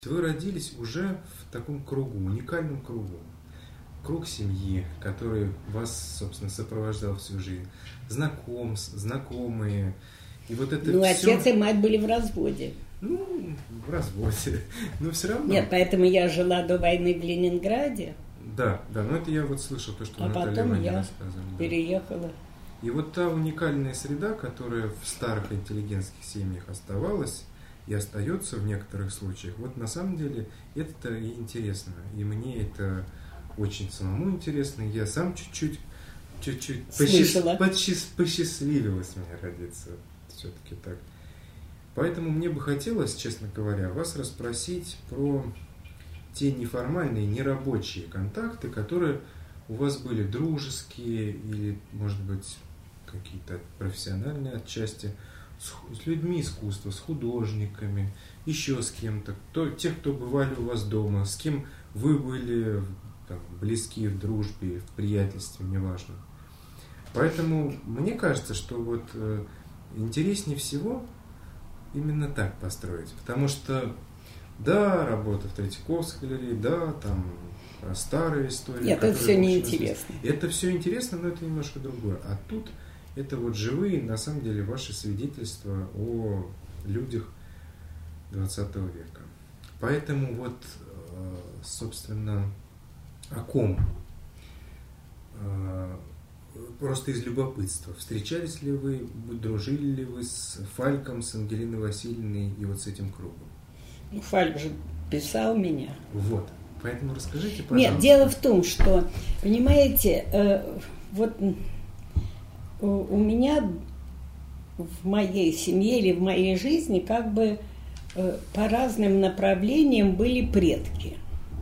Вы родились уже в таком кругу, уникальном кругу. Круг семьи, который вас, собственно, сопровождал всю жизнь. Знакомые. И вот это Ну, все... отец и мать были в разводе. Ну, в разводе. Но все равно... Нет, поэтому я жила до войны в Ленинграде. Да, но это я вот слышал, то, что А Наталья потом Ивановна я рассказывала. переехала. И вот та уникальная среда, которая в старых интеллигентских семьях оставалась и остается в некоторых случаях, вот на самом деле это и интересно. И мне это очень самому интересно. Я сам чуть-чуть посчастливилось мне родиться. Все-таки так. Поэтому мне бы хотелось, честно говоря, вас расспросить про те неформальные, нерабочие контакты, которые у вас были дружеские или, может быть, какие-то профессиональные отчасти, с людьми искусства, с художниками, еще с кем-то, тех, кто бывали у вас дома, с кем вы были там, близки в дружбе, в приятельстве, неважно. Поэтому мне кажется, что вот интереснее всего именно так построить. Потому что, да, работа в Третьяковской галерее, да, там старые истории. Нет, это все неинтересно. Это все интересно, но это немножко другое. А тут это вот живые, на самом деле, ваши свидетельства о людях 20 века. Поэтому вот, собственно, о ком? Просто из любопытства. Встречались ли вы, дружили ли вы с Фальком, с Ангелиной Васильевной и вот с этим кругом? Ну, Фальк же писал меня. Вот. Поэтому расскажите, пожалуйста. Нет, дело в том, что, понимаете, вот у меня в моей семье или в моей жизни как бы по разным направлениям были предки.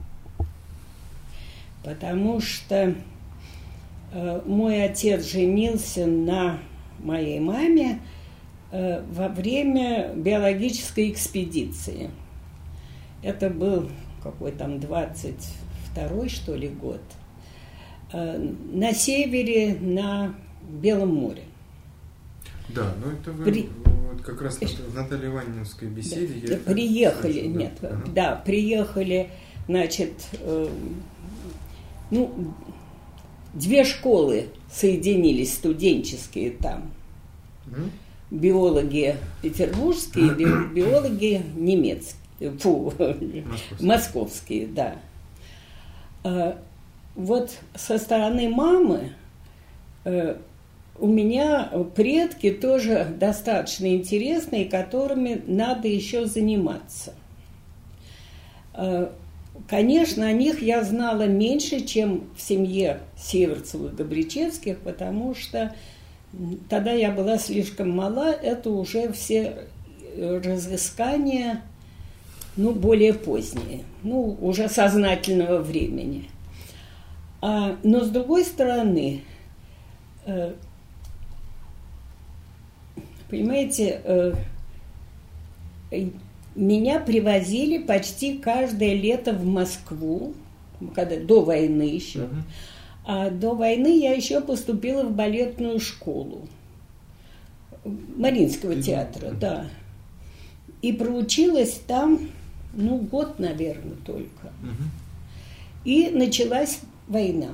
Потому что мой отец женился на моей маме во время биологической экспедиции. Это был какой там 22-й, что ли, год. На севере, на Белом море. Да, но это вы вот как раз в Наталье Ивановской беседе. Да, приехали, слышу, нет, да, приехали, значит, две школы соединились, студенческие там. Биологи петербургские, биологи немецкие, московские, да. Вот со стороны мамы у меня предки тоже достаточно интересные, которыми надо еще заниматься. Конечно, о них я знала меньше, чем в семье Северцевых-Габричевских, потому что тогда я была слишком мала, это уже все разыскания, более поздние, уже сознательного времени. Но с другой стороны, понимаете, меня привозили почти каждое лето в Москву, до войны еще. А до войны я еще поступила в балетную школу Мариинского театра, да. И проучилась там, год, наверное, только. И началась война.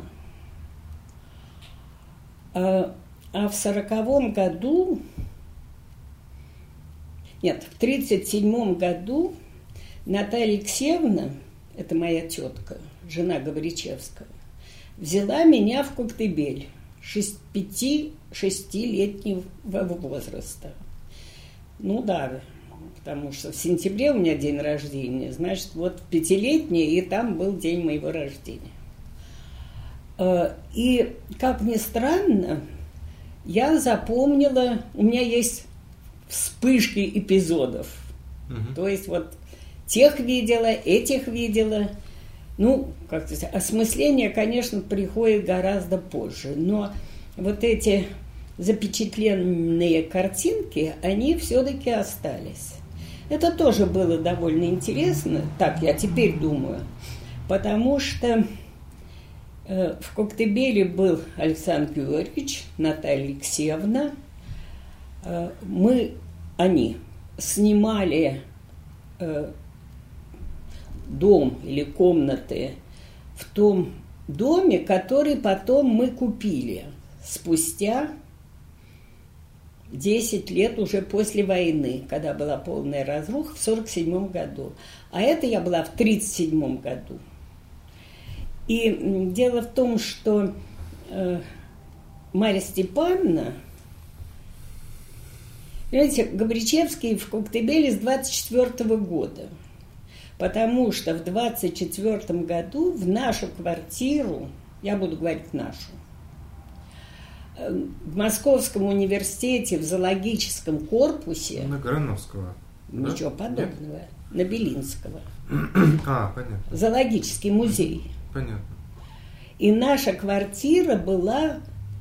А в 40-м году... Нет, в 1937 году Наталья Алексеевна, это моя тетка, жена Габричевского, взяла меня в Коктебель 5-6-летнего возраста. Да, потому что в сентябре у меня день рождения, значит, вот 5-летний, и там был день моего рождения. И, как ни странно, я запомнила, у меня есть вспышки эпизодов. То есть вот тех видела, этих видела. Как сказать, осмысление, конечно, приходит гораздо позже. Но вот эти запечатленные картинки, они все-таки остались. Это тоже было довольно интересно, так я теперь думаю, потому что в Коктебеле был Александр Георгиевич, Наталья Алексеевна. Они снимали дом или комнаты в том доме, который потом мы купили спустя 10 лет уже после войны, когда была полная разруха в 1947 году. А это я была в 1937 году. И дело в том, что Марья Степановна, понимаете, Габричевский в Коктебеле с 24 года, потому что в 24 году в нашу квартиру, я буду говорить нашу, в Московском университете в зоологическом корпусе... На Грановского. Ничего подобного. Нет? На Белинского. Понятно. Зоологический музей. Понятно. И наша квартира была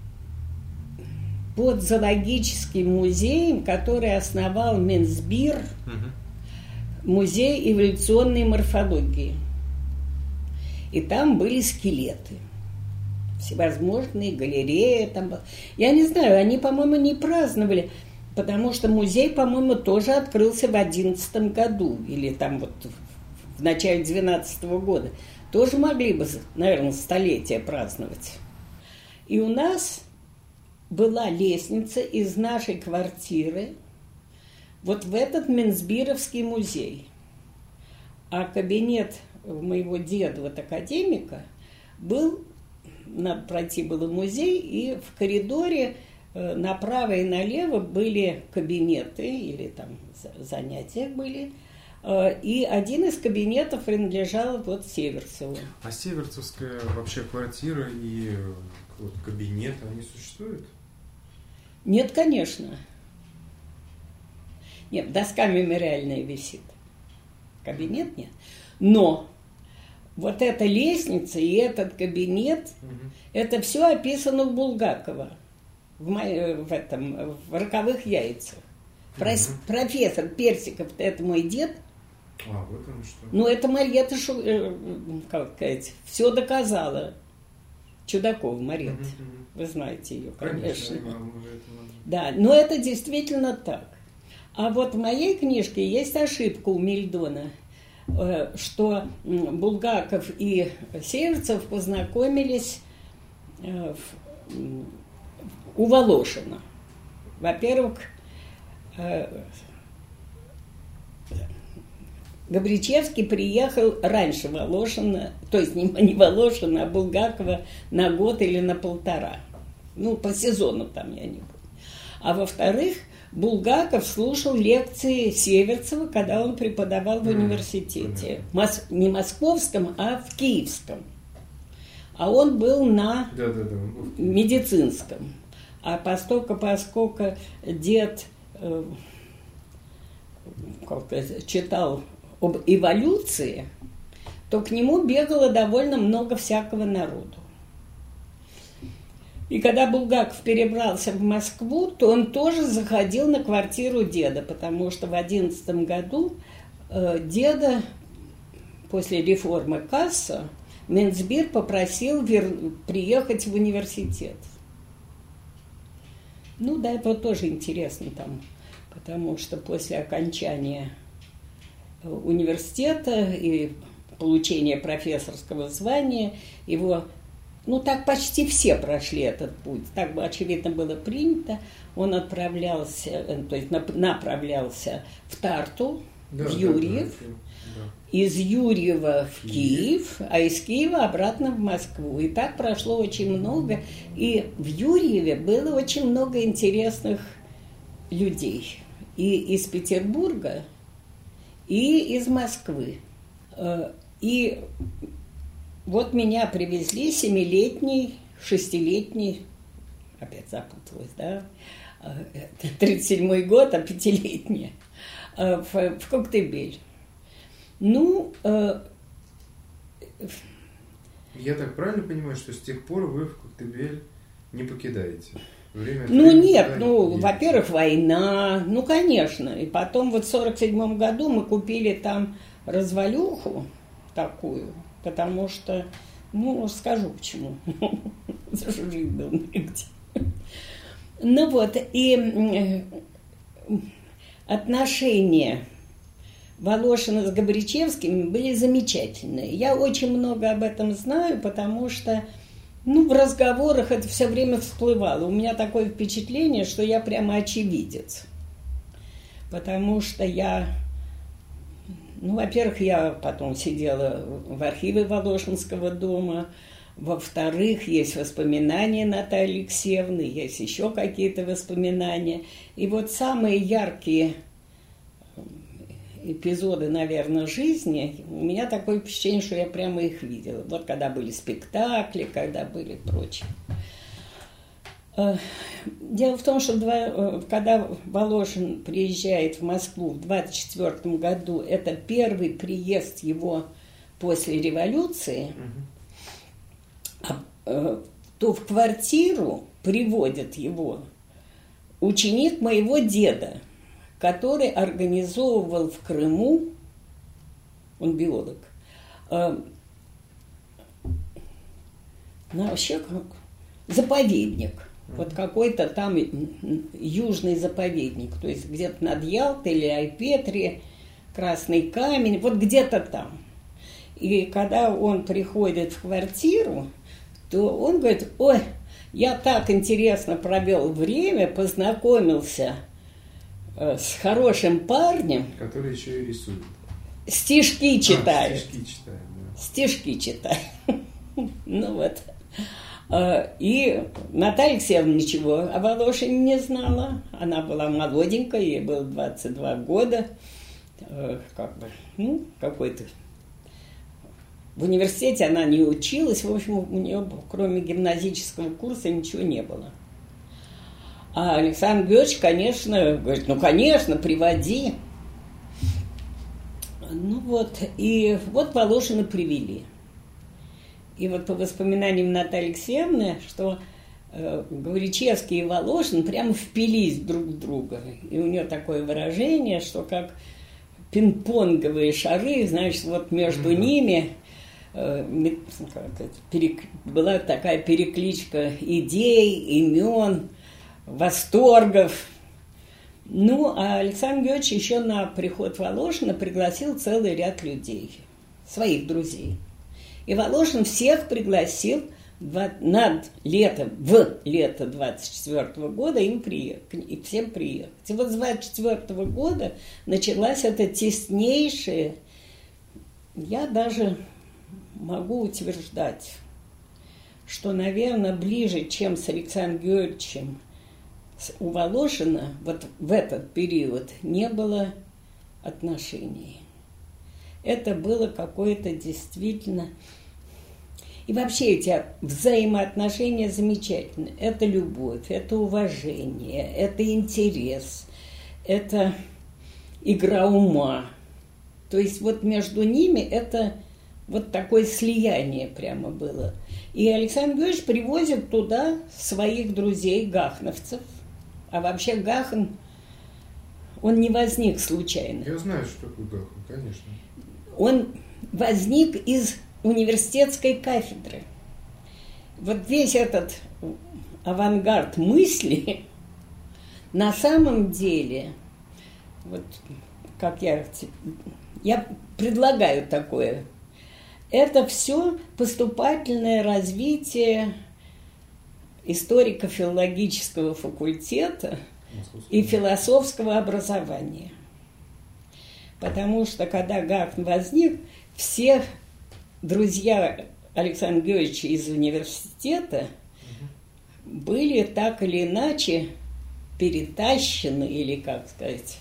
под зоологическим музеем, который основал Менсбир, музей эволюционной морфологии. И там были скелеты. Всевозможные галереи там было. Я не знаю, они, по-моему, не праздновали, потому что музей, по-моему, тоже открылся в 2011 году, или там вот в начале 2012 года. Тоже могли бы, наверное, столетие праздновать. И у нас была лестница из нашей квартиры вот в этот Менсбировский музей. А кабинет моего деда, вот академика, был... Надо пройти было музей, и в коридоре направо и налево были кабинеты, или там занятия были, и один из кабинетов принадлежал вот Северцеву. А Северцевская вообще квартира и вот кабинет, они существуют? Нет, конечно. Нет, доска мемориальная висит. Кабинет нет. Но вот эта лестница и этот кабинет, это все описано у Булгакова в «Роковых яйцах». Профессор Персиков, это мой дед. Вот он что. Ну, это Марьета, как сказать, все доказала. Чудакова Марьета. Вы знаете ее, конечно. Да, но это действительно так. А вот в моей книжке есть ошибка у Мильдона, что Булгаков и Северцев познакомились у Волошина. Во-первых, Габричевский приехал раньше Волошина, то есть не Волошина, а Булгакова на год или на полтора. Ну, по сезону там я не буду. А во-вторых, Булгаков слушал лекции Северцева, когда он преподавал в университете. Не московском, а в киевском. А он был на медицинском. А поскольку дед читал об эволюции, то к нему бегало довольно много всякого народу. И когда Булгаков перебрался в Москву, то он тоже заходил на квартиру деда, потому что в 2011 году деда после реформы Касса Менсбир попросил приехать в университет. Ну, да, это тоже интересно там, потому что после окончания университета и получения профессорского звания его... Ну, так почти все прошли этот путь. Так бы, очевидно, было принято. Он отправлялся, то есть направлялся в Тарту, в Юрьев, из Юрьева в Киев, а из Киева обратно в Москву. И так прошло очень много. И в Юрьеве было очень много интересных людей. И из Петербурга, и из Москвы. И вот меня привезли 7-летний, 6-летний, опять запуталась, да, 37-й год, а 5-летняя, в Коктебель. Ну... Я так правильно понимаю, что с тех пор вы в Коктебель не покидаете? Нет, во-первых, война, ну, конечно. И потом вот в 1947 году мы купили там развалюху такую, потому что, ну, скажу почему, жить было негде. Ну вот, и отношения Волошина с Габричевским были замечательные. Я очень много об этом знаю, потому что в разговорах это все время всплывало. У меня такое впечатление, что я прямо очевидец. Потому что во-первых, я потом сидела в архиве Волошинского дома, во-вторых, есть воспоминания Натальи Алексеевны, есть еще какие-то воспоминания. И вот самые яркие эпизоды, наверное, жизни, у меня такое впечатление, что я прямо их видела. Вот когда были спектакли, когда были прочее. Дело в том, что когда Волошин приезжает в Москву в 1924 году, это первый приезд его после революции, то в квартиру приводит его ученик моего деда, который организовывал в Крыму, он биолог, вообще заповедник. Вот какой-то там южный заповедник, то есть где-то над Ялтой или Айпетри, Красный камень, вот где-то там. И когда он приходит в квартиру, то он говорит: ой, я так интересно провел время, познакомился с хорошим парнем. Который еще и рисует. Стишки читает. Стишки читает, да. Стишки читает. Ну вот. И Наталья Алексеевна ничего о Волошине не знала. Она была молоденькая, ей было 22 года. Какой-то... В университете она не училась. В общем, у нее, кроме гимназического курса, ничего не было. А Александр Георгиевич, конечно, говорит: конечно, приводи. И вот Волошина привели. И вот по воспоминаниям Натальи Алексеевны, что Гавричевский и Волошин прямо впились друг в друга. И у нее такое выражение, что как пинг-понговые шары, значит, вот между ними была такая перекличка идей, имен, восторгов. А Александр Георгиевич еще на приход Волошина пригласил целый ряд людей, своих друзей. И Волошин всех пригласил в лето 24 года и всем приехать. И вот с 24 года началась эта теснейшая, я даже могу утверждать, что, наверное, ближе, чем с Александром Георгиевичем, у Волошина вот в этот период не было отношений. Это было какое-то действительно... И вообще эти взаимоотношения замечательны. Это любовь, это уважение, это интерес, это игра ума. То есть вот между ними это вот такое слияние прямо было. И Александр Георгиевич привозит туда своих друзей, гахновцев. А вообще Гахан, он не возник случайно. Я знаю, что такое Гахан, конечно. Он возник из университетской кафедры. Вот весь этот авангард мысли на самом деле, вот как я предлагаю такое, это все поступательное развитие историко-филологического факультета и философского образования. Потому что, когда Гахан возник, все друзья Александра Георгиевича из университета были так или иначе перетащены, или, как сказать,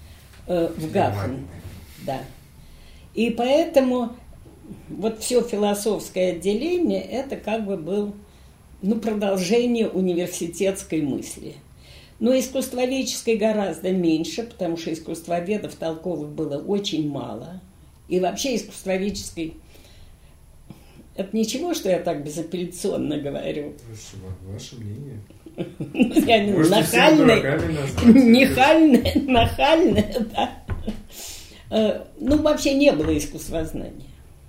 в Гахан. Да. И поэтому вот все философское отделение, это как бы был продолжение университетской мысли. Но искусствоведческой гораздо меньше, потому что искусствоведов толковых было очень мало. И вообще искусствоведческой... Это ничего, что я так безапелляционно говорю? Ваше мнение. Я нахальная, да. Вообще не было искусствознания.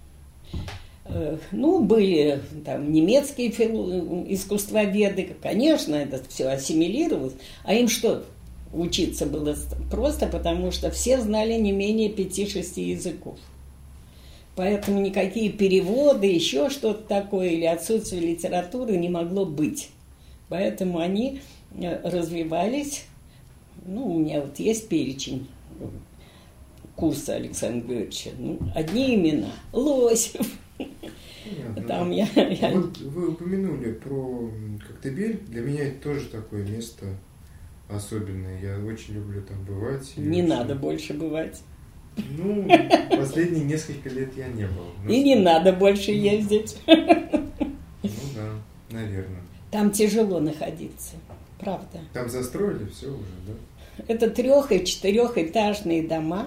Были там немецкие искусствоведы, конечно, это все ассимилировалось. А им что? учиться было просто, потому что все знали не менее 5-6 языков. Поэтому никакие переводы, еще что-то такое, или отсутствие литературы не могло быть. Поэтому они развивались. Ну, у меня вот есть перечень курса Александра Георгиевича. Ну, одни имена. Лосев. Там Вот вы упомянули про Коктебель. Для меня это тоже такое место особенное. Я очень люблю там бывать. Не надо больше бывать. Ну, последние несколько лет я не был. И не надо больше ездить. Ну да, наверное. Там тяжело находиться, правда. Там застроили все уже, да? Это 3- и 4-этажные дома.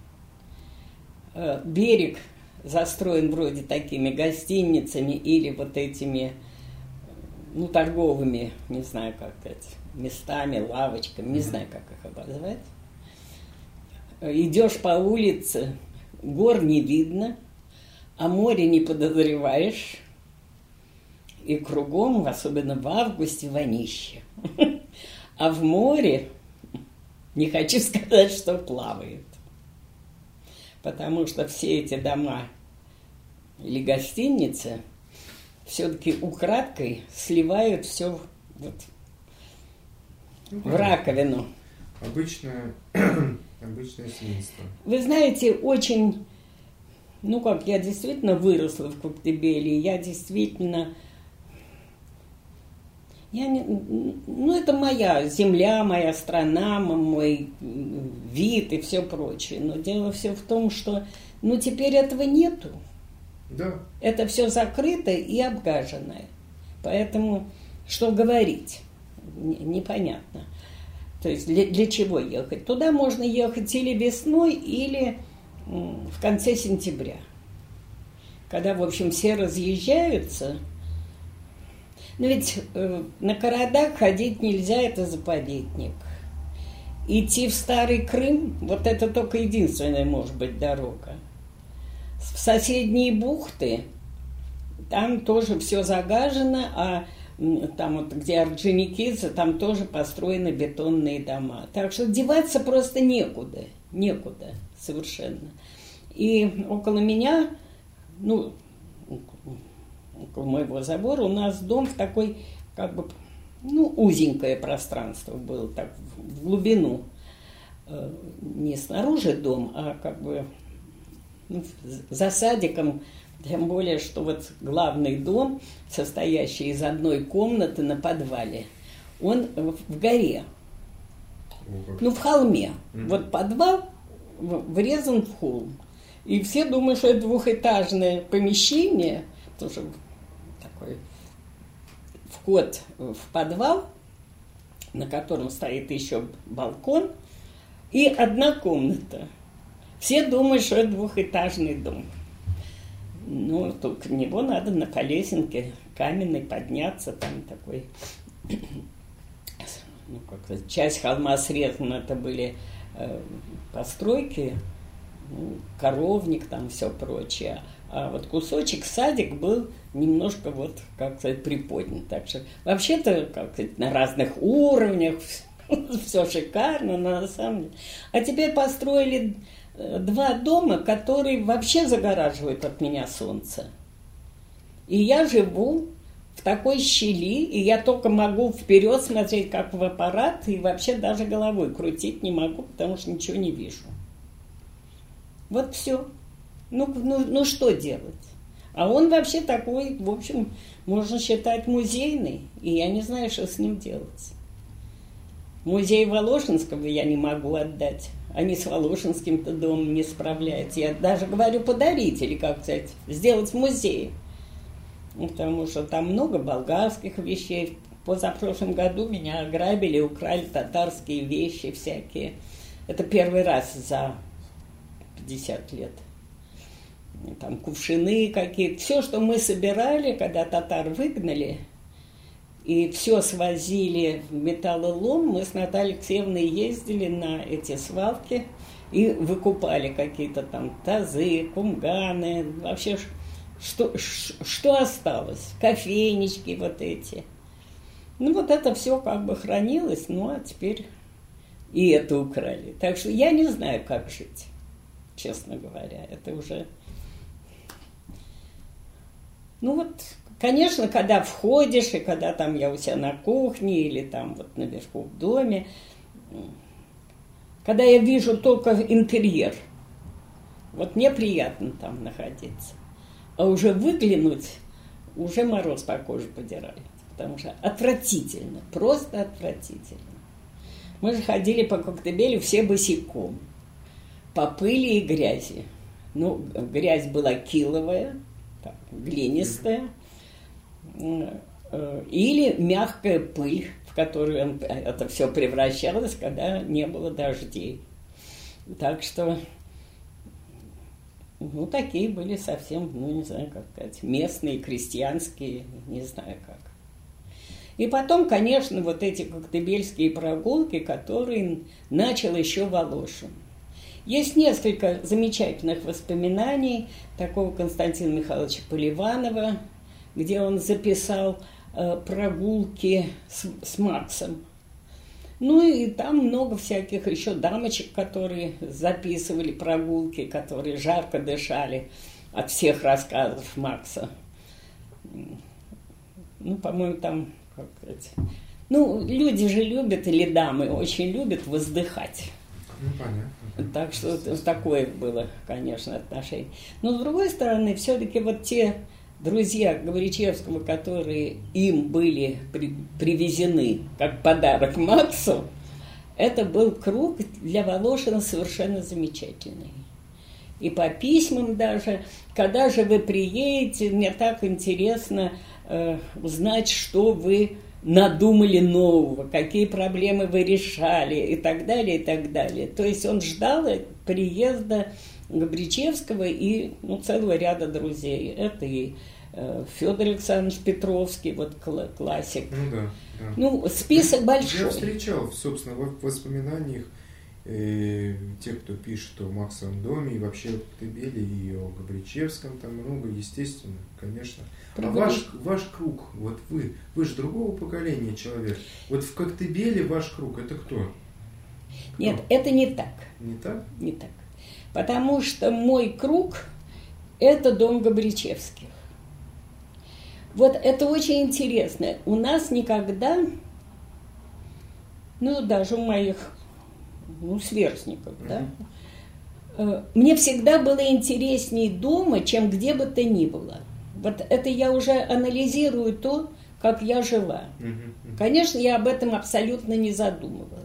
Берег застроен вроде такими гостиницами или вот этими, ну, торговыми, не знаю, как это, местами, лавочками, не знаю, как их обозвать. Идешь по улице, гор не видно, о море не подозреваешь, и кругом, особенно в августе, вонище. А в море, не хочу сказать, что плавает. Потому что все эти дома или гостиницы все-таки украдкой сливают все вот в раковину. Обычное свинство. Вы знаете, очень, ну как, я действительно выросла в Коктебеле, я действительно, ну это моя земля, моя страна, мой вид и все прочее. Но дело все в том, что, ну теперь этого нету. Да. Это все закрыто и обгаженное. Поэтому что говорить? Непонятно. То есть для чего ехать? Туда можно ехать или весной, или в конце сентября. Когда, в общем, все разъезжаются. Но ведь на Карадак ходить нельзя, это заповедник. Идти в Старый Крым, вот это только единственная, может быть, дорога. В соседние бухты, там тоже все загажено, а там вот, где Орджоникидзе, там тоже построены бетонные дома. Так что деваться просто некуда совершенно. И около меня, ну, около моего забора у нас дом в такой, как бы, ну, узенькое пространство было, так, в глубину. Не снаружи дом, а как бы за садиком. Тем более, что вот главный дом, состоящий из одной комнаты на подвале, он в горе, ну, в холме. Вот подвал врезан в холм. И все думают, что это двухэтажное помещение, потому что такой вход в подвал, на котором стоит еще балкон, и одна комната. Все думают, что это двухэтажный дом. Ну, тут к нему надо на колесенке каменной подняться, там такой, ну, как-то часть холма срезана, это были постройки, ну, коровник, там все прочее. А вот кусочек, садик был немножко вот, как сказать, приподнят. Так что вообще-то, как сказать, на разных уровнях, все шикарно, но на самом деле. А теперь построили 2 дома, которые вообще загораживают от меня солнце. И я живу в такой щели, и я только могу вперед смотреть, как в аппарат, и вообще даже головой крутить не могу, потому что ничего не вижу. Вот все. Ну что делать? А он вообще такой, в общем, можно считать музейный, и я не знаю, что с ним делать. Музей Воложенского я не могу отдать. Они с Воложенским-то домом не справляются. Я даже говорю подарить, или как сказать, сделать в музее. Потому что там много болгарских вещей. Позапрошлом году меня ограбили, украли татарские вещи всякие. Это первый раз за 50 лет. Там кувшины какие-то. Все, что мы собирали, когда татар выгнали, и все свозили в металлолом, мы с Натальей Алексеевной ездили на эти свалки и выкупали какие-то там тазы, кумганы, вообще что осталось, кофейнички вот эти. Ну вот это все как бы хранилось, ну а теперь и это украли. Так что я не знаю, как жить, честно говоря. Это уже... Ну вот, конечно, когда входишь, и когда там я у себя на кухне или там вот наверху в доме, когда я вижу только интерьер, вот мне приятно там находиться. А уже выглянуть, уже мороз по коже подирает. Потому что отвратительно, просто отвратительно. Мы же ходили по Коктебелю все босиком, по пыли и грязи. Ну, грязь была киловая, так, глинистая, или мягкая пыль, в которую это все превращалось, когда не было дождей. Так что, ну, такие были совсем, ну, не знаю, как сказать, местные, крестьянские, не знаю как. И потом, конечно, вот эти коктебельские прогулки, которые начал еще Волошин. Есть несколько замечательных воспоминаний такого Константина Михайловича Поливанова, где он записал прогулки с Максом. Ну и там много всяких еще дамочек, которые записывали прогулки, которые жарко дышали от всех рассказов Макса. Ну, по-моему, там, как сказать, ну, люди же любят, или дамы очень любят воздыхать. Ну, понятно. Так что такое было, конечно, отношение. Но, с другой стороны, все-таки вот те друзья Гавричевского, которые им были привезены как подарок Максу, это был круг для Волошина совершенно замечательный. И по письмам даже, когда же вы приедете, мне так интересно узнать, что вы надумали нового, какие проблемы вы решали и так далее, и так далее. То есть он ждал приезда Габричевского и целого ряда друзей. Это и Федор Александрович Петровский, вот классик. Ну да, да. Ну, список большой. Я встречал, собственно, в воспоминаниях тех, кто пишет о Максовом доме и вообще о Коктебеле и о Габричевском, там много, естественно, конечно. А ваш круг, вот вы же другого поколения человек. Вот в Коктебеле ваш круг, это кто? Нет, это не так. Не так? Не так. Потому что мой круг – это дом Габричевских. Вот это очень интересно. У нас никогда, ну, даже у моих сверстников, да, мне всегда было интереснее дома, чем где бы то ни было. Вот это я уже анализирую то, как я жила. Конечно, я об этом абсолютно не задумывалась.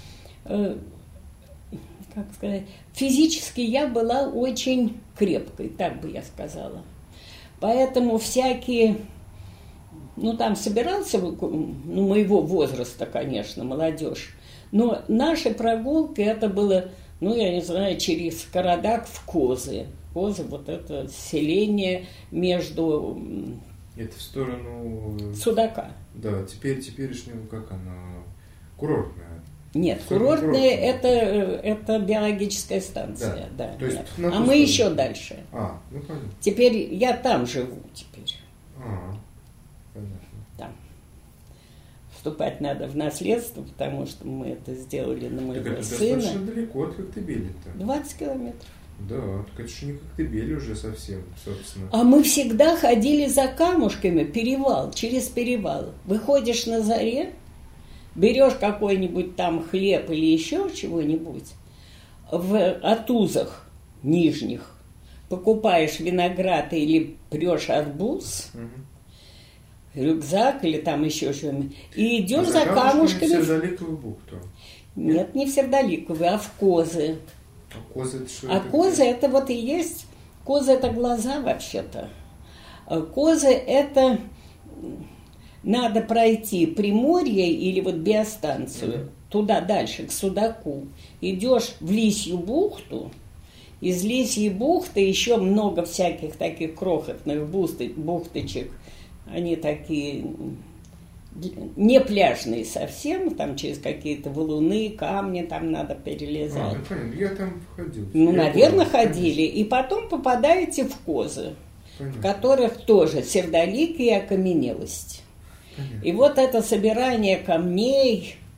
Как сказать, физически я была очень крепкой, так бы я сказала. Поэтому всякие, там собирался, моего возраста, конечно, молодежь, но наши прогулки, это было, я не знаю, через Карадак в Козы. Козы, вот это селение между... Это в сторону... Судака. Да, теперешнего, как она, курортная. Нет, курортная это биологическая станция, да. То есть а мы еще дальше. Понятно. Теперь я там живу теперь. Понятно. Там. Вступать надо в наследство, потому что мы это сделали на моего так это сына. достаточно далеко от Коктебеля-то. 20 километров. Да, так это же не Коктебель уже совсем, собственно. А мы всегда ходили за камушками, перевал, через перевал. Выходишь на заре, берешь какой-нибудь там хлеб или еще чего-нибудь в отузах нижних, покупаешь виноград или прешь арбуз, рюкзак или там еще что-нибудь, и идешь за камушками. В Сердоликовую бухту? Нет, не в Сердоликовую, а в Козы. А Козы это что? А Козы это вот и есть, Козы это глаза вообще-то. Козы это... Надо пройти Приморье или вот биостанцию, туда дальше, к Судаку. Идешь в Лисью бухту, из Лисьей бухты еще много всяких таких крохотных бухточек. Они такие не пляжные совсем, там через какие-то валуны, камни там надо перелезать. Понятно, я там ходил. Наверное, ходили. И потом попадаете в Козы, в которых тоже сердолик и окаменелость. И вот это собирание камней,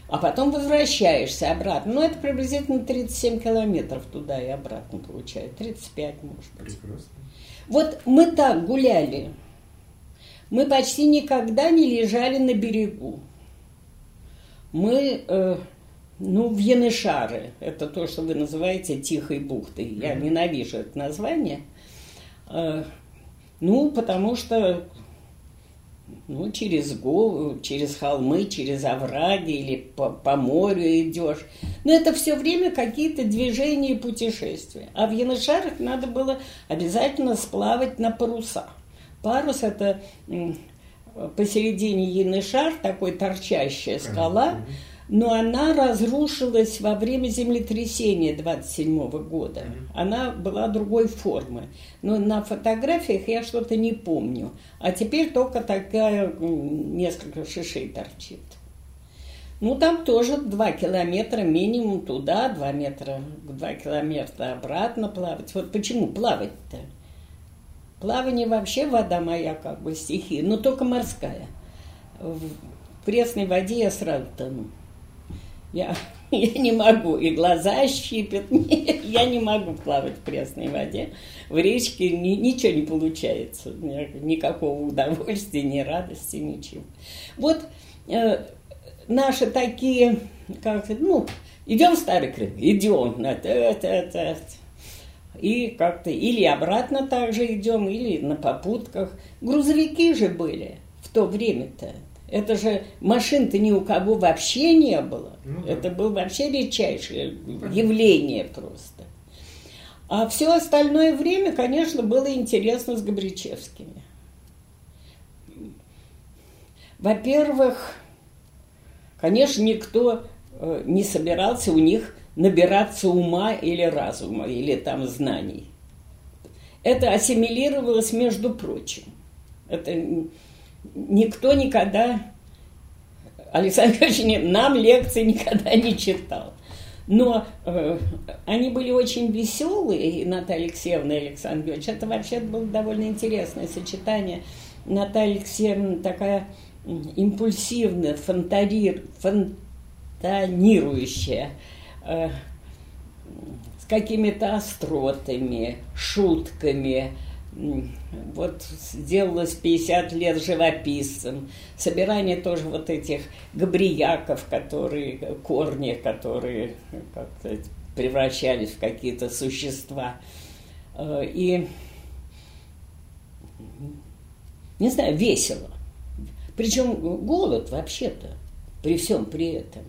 А потом возвращаешься обратно. Ну, это приблизительно 37 километров туда и обратно получается. 35, может быть. Прекрасно. Вот мы так гуляли. Мы почти никогда не лежали на берегу. Мы, в Янышары, это то, что вы называете Тихой бухтой. Я ненавижу это название. Потому что через холмы, через овраги или по морю идешь. Но это все время какие-то движения и путешествия. А в Янышарах надо было обязательно сплавать на паруса. Парус – это посередине Янышар, такой торчащая скала, но она разрушилась во время землетрясения 27 года. Она была другой формы. Но на фотографиях я что-то не помню. А теперь только такая, несколько шишей торчит. Там тоже 2 километра минимум туда, 2 километра обратно плавать. Вот почему плавать-то? Плавание вообще вода моя как бы стихия, но только морская. В пресной воде я сразу тону. Я не могу, и глаза щипят. Я не могу плавать в пресной воде. В речке ничего не получается. Никакого удовольствия, ни радости, ничего. Вот наши такие, идем в Старый Крым, идем. И как-то или обратно также идем, или на попутках. Грузовики же были в то время-то. Это же машин-то ни у кого вообще не было. Это было вообще редчайшее явление просто. А все остальное время, конечно, было интересно с Габричевскими. Во-первых, конечно, никто не собирался у них набираться ума или разума, или там знаний. Это ассимилировалось, между прочим. Это никто никогда, Александр Ильич нам лекции никогда не читал. Но они были очень веселые, и Наталья Алексеевна и Александр Георгиевич. Это вообще было довольно интересное сочетание. Наталья Алексеевна такая импульсивная, фонтанирующая, с какими-то остротами, шутками. Вот сделалось 50 лет живописцем. Собирание тоже вот этих габрияков, корни, которые как-то превращались в какие-то существа. И, не знаю, весело. Причем голод вообще-то, при всем при этом.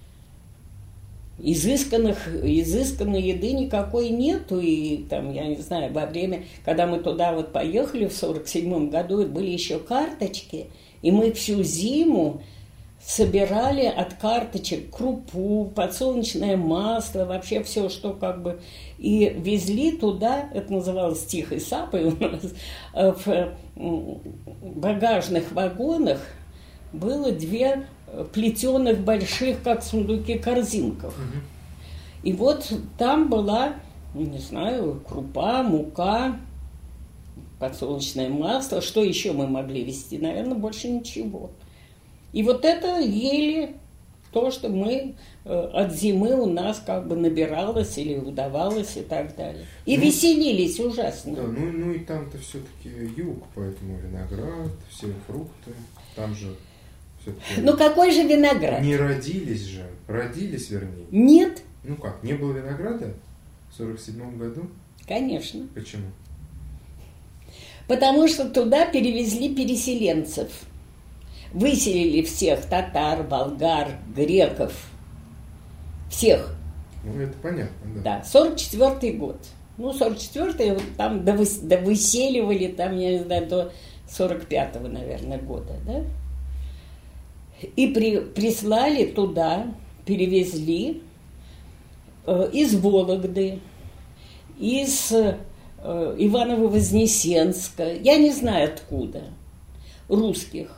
Изысканной еды никакой нету, и там, я не знаю, во время, когда мы туда вот поехали в 47 году, были еще карточки, и мы всю зиму собирали от карточек крупу, подсолнечное масло, вообще все, что как бы, и везли туда, это называлось тихой сапой у нас, в багажных вагонах было 2 плетеных больших, как сундуки, корзинков. И вот там была, не знаю, крупа, мука, подсолнечное масло. Что еще мы могли везти? Наверное, больше ничего. И вот это ели то, что мы от зимы у нас как бы набиралось или удавалось и так далее. И веселились ужасно. Да, и там-то все-таки юг, поэтому виноград, все фрукты, там же... какой же виноград? Не родились же. Родились, вернее. Нет. Не было винограда в 47 году? Конечно. Почему? Потому что туда перевезли переселенцев. Выселили всех татар, болгар, греков. Всех. Это понятно, да. Да, 44-й год. 44-й там довыселивали, там, я не знаю, до 45-го, наверное, года, да? И прислали туда, перевезли из Вологды, из Иваново-Вознесенска, я не знаю откуда, русских.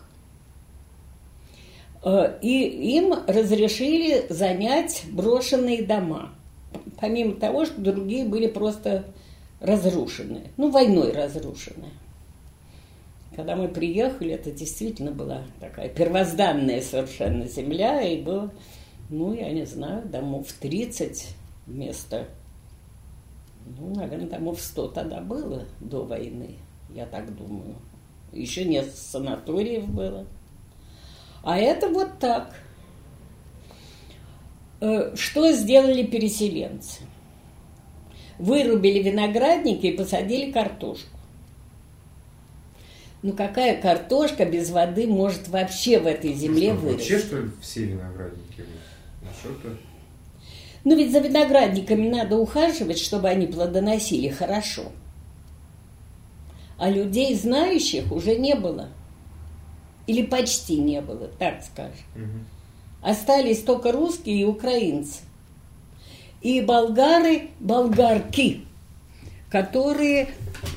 И им разрешили занять брошенные дома, помимо того, что другие были просто разрушены, войной разрушены. Когда мы приехали, это действительно была такая первозданная совершенно земля, и было ну, я не знаю, домов 30 вместо, ну, наверное, домов 100 тогда было до войны, я так думаю. Еще несколько санаториев было. А это вот так. Что сделали переселенцы? Вырубили виноградники и посадили картошку. Ну, какая картошка без воды может вообще в этой земле вырасти? Вообще, что ли, все виноградники? Ну, что-то... Ну, ведь за виноградниками надо ухаживать, чтобы они плодоносили хорошо. А людей, знающих, уже не было. Или почти не было, так скажем. Угу. Остались только русские и украинцы. И болгары, болгарки, которые...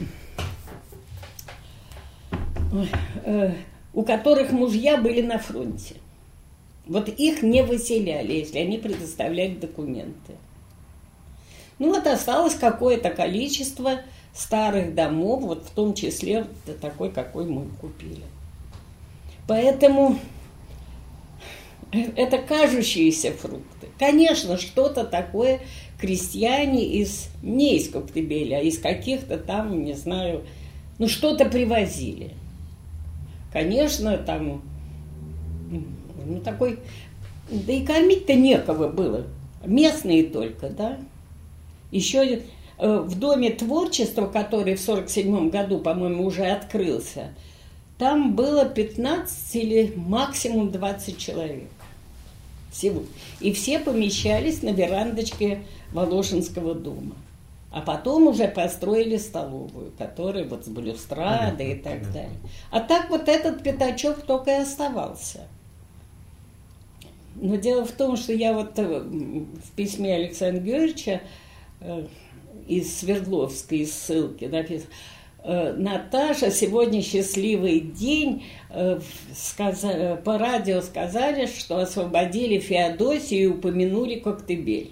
у которых мужья были на фронте. Вот их не выселяли, если они предоставляли документы. Ну вот осталось какое-то количество старых домов, вот в том числе такой, какой мы купили. Поэтому это кажущиеся фрукты. Конечно, что-то такое крестьяне не из Коктебеля, а из каких-то там, не знаю, ну что-то привозили. Конечно, там, ну такой, да и кормить-то некого было, местные только, да. Еще в Доме творчества, который в 1947 году, по-моему, уже открылся, там было 15 или максимум 20 человек всего. И все помещались на верандочке Воложенского дома. А потом уже построили столовую, которая вот с балюстрадой и так далее. А так вот этот пятачок только и оставался. Но дело в том, что я вот в письме Александра Георгиевича из Свердловской ссылки написала: Наташа, сегодня счастливый день, по радио сказали, что освободили Феодосию и упомянули Коктебель.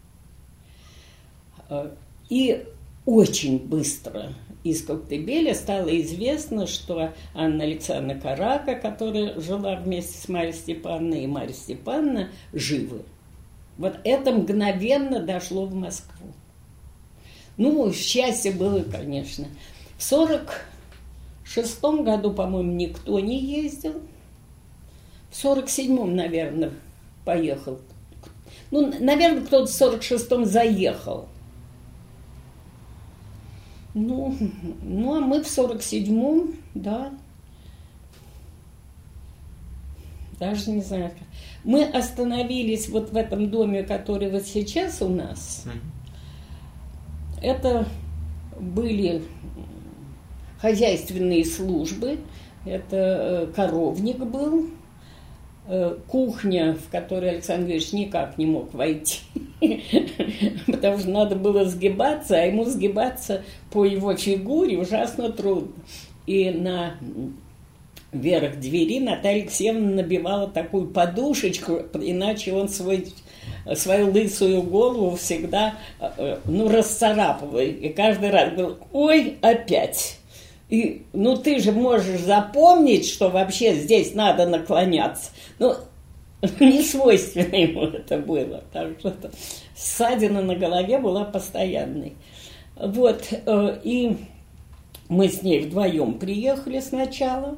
И очень быстро из Коктебеля стало известно, что Анна Александровна Карака, которая жила вместе с Марьей Степановной, и Марья Степановна живы. Вот это мгновенно дошло в Москву. Ну, счастье было, конечно. В 1946 году, по-моему, никто не ездил. В 1947, наверное, поехал. Ну, наверное, кто-то в 1946 заехал. Ну, а мы в 1947, да, даже не знаю. Мы остановились вот в этом доме, который вот сейчас у нас. Это были хозяйственные службы, это коровник был, кухня, в которой Александр Георгиевич никак не мог войти, потому что надо было сгибаться, а ему сгибаться по его фигуре ужасно трудно. И на верх двери Наталья Алексеевна набивала такую подушечку, иначе он свою лысую голову всегда, расцарапывал. И каждый раз был: ой, опять. И, ты же можешь запомнить, что вообще здесь надо наклоняться. Не свойственно ему это было. Так что ссадина на голове была постоянной. Вот, и мы с ней вдвоем приехали сначала.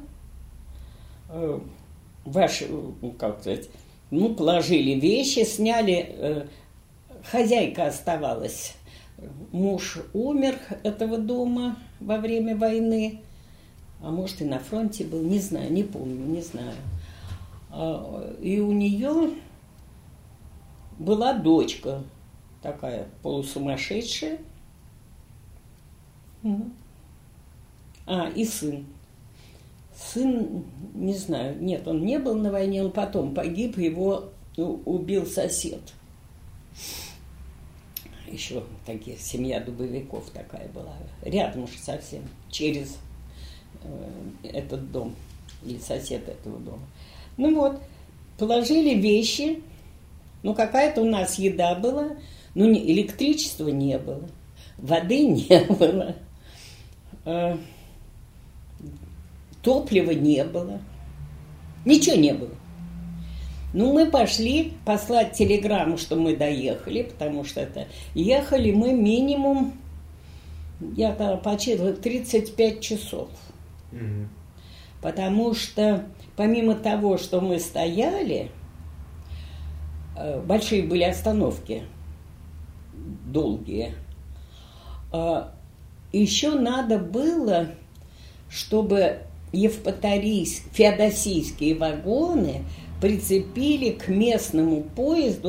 Положили вещи, сняли. Хозяйка оставалась. Муж умер этого дома во время войны, а может и на фронте был, не знаю, не помню, не знаю. И у нее была дочка такая полусумасшедшая, и сын. Сын, не знаю, нет, он не был на войне, он потом погиб, его убил сосед. Еще такие, семья дубовиков такая была, рядом уж совсем, через этот дом, или сосед этого дома. Положили вещи, какая-то у нас еда была, электричества не было, воды не было, топлива не было, ничего не было. Ну, мы пошли послать телеграмму, что мы доехали, потому что это ехали мы минимум, я почитала, 35 часов. Потому что помимо того, что мы стояли, большие были остановки, долгие, еще надо было, чтобы феодосийские вагоны прицепили к местному поезду.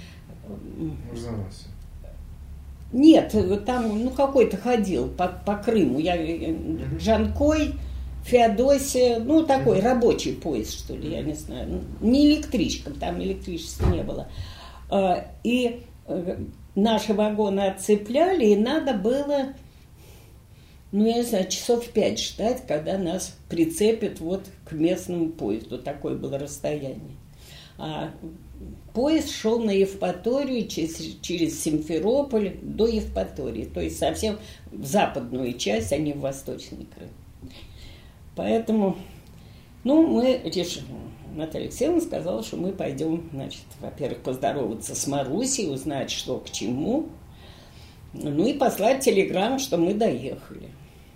Нет, там какой-то ходил по Крыму. Жанкой, Феодосия, такой рабочий поезд, что ли, я не знаю. Не электричка, там электричества не было. И наши вагоны отцепляли, и надо было, я не знаю, часов 5 ждать, когда нас прицепят к местному поезду. Такое было расстояние. А поезд шел на Евпаторию через Симферополь до Евпатории, то есть совсем в западную часть, а не в восточный Крым. Поэтому, мы решили, Наталья Алексеевна сказала, что мы пойдем, во-первых, поздороваться с Марусей, узнать, что к чему, и послать телеграмму, что мы доехали.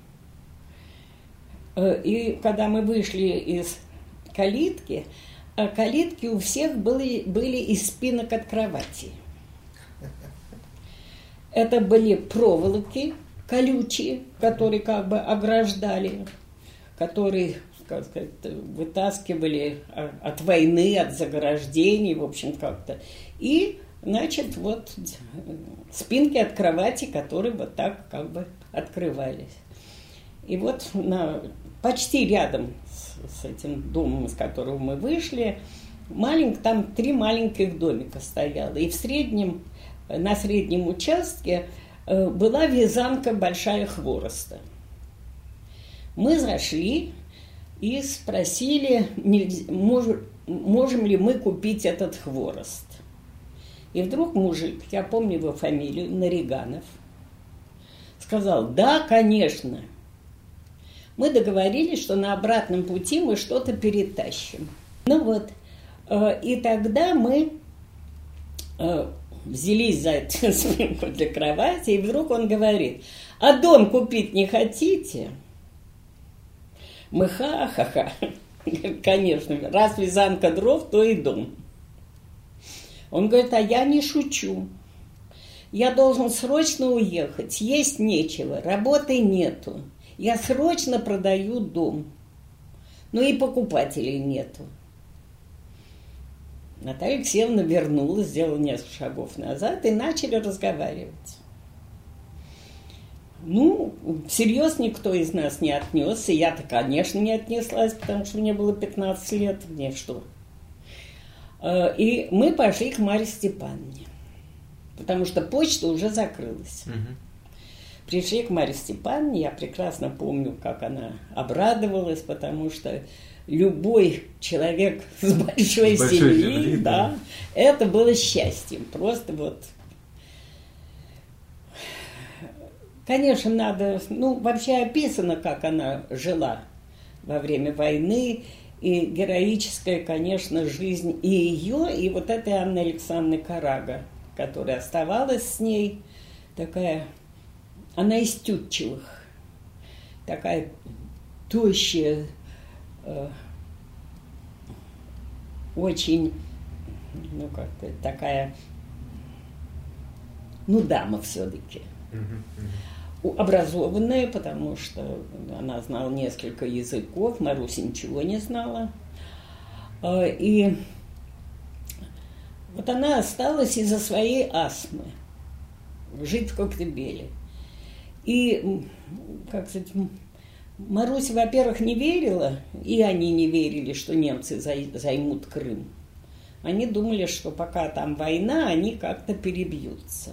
И когда мы вышли из калитки, калитки у всех были из спинок от кровати. Это были проволоки колючие, которые ограждали, которые, как сказать, вытаскивали от войны, от заграждений, в общем, как-то. И, спинки от кровати, которые так открывались. И почти рядом с этим домом, из которого мы вышли, там 3 маленьких домика стояло. И на среднем участке была вязанка большая хвороста. Мы зашли и спросили, можем ли мы купить этот хворост. И вдруг мужик, я помню его фамилию, Нариганов, сказал: да, конечно. Мы договорились, что на обратном пути мы что-то перетащим. И тогда мы взялись за эту спинку для кровати, и вдруг он говорит: а дом купить не хотите? Мы ха-ха-ха. Конечно, раз вязанка дров, то и дом. Он говорит: а я не шучу. Я должен срочно уехать, есть нечего, работы нету. Я срочно продаю дом. И покупателей нету. Наталья Алексеевна вернулась, сделала несколько шагов назад и начали разговаривать. Всерьез никто из нас не отнесся. Я-то, конечно, не отнеслась, потому что мне было 15 лет. Мне что? И мы пошли к Марье Степановне, потому что почта уже закрылась. Пришли к Марье Степановне, я прекрасно помню, как она обрадовалась, потому что любой человек с большой семьи, да, это было счастьем. Просто Конечно, надо, вообще описано, как она жила во время войны, и героическая, конечно, жизнь и ее, и этой Анны Александровны Карага, которая оставалась с ней, такая, она из Тютчевых, такая тощая, очень, такая, дама все-таки. Образованная, потому что она знала несколько языков, Маруся ничего не знала. И она осталась из-за своей астмы жить в Коктебеле. И, Маруся, во-первых, не верила, и они не верили, что немцы займут Крым. Они думали, что пока там война, они как-то перебьются.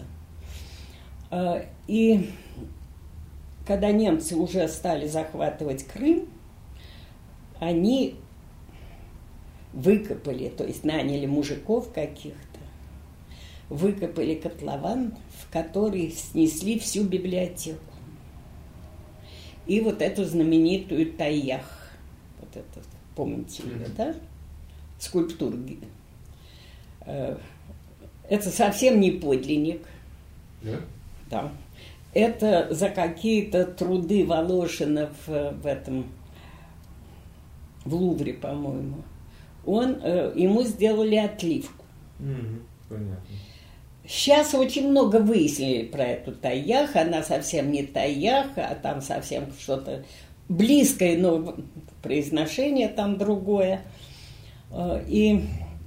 И когда немцы уже стали захватывать Крым, они выкопали, то есть наняли мужиков каких-то, выкопали котлован, в который снесли всю библиотеку. И эту знаменитую Таях, помните ее, да? Скульптуру Это совсем не подлинник. Да? Да. Это за какие-то труды Волошина в Лувре, по-моему. Ему сделали отливку. Понятно. Сейчас очень много выяснили про эту Таях. Она совсем не Таях, а там совсем что-то близкое, но произношение там другое. И,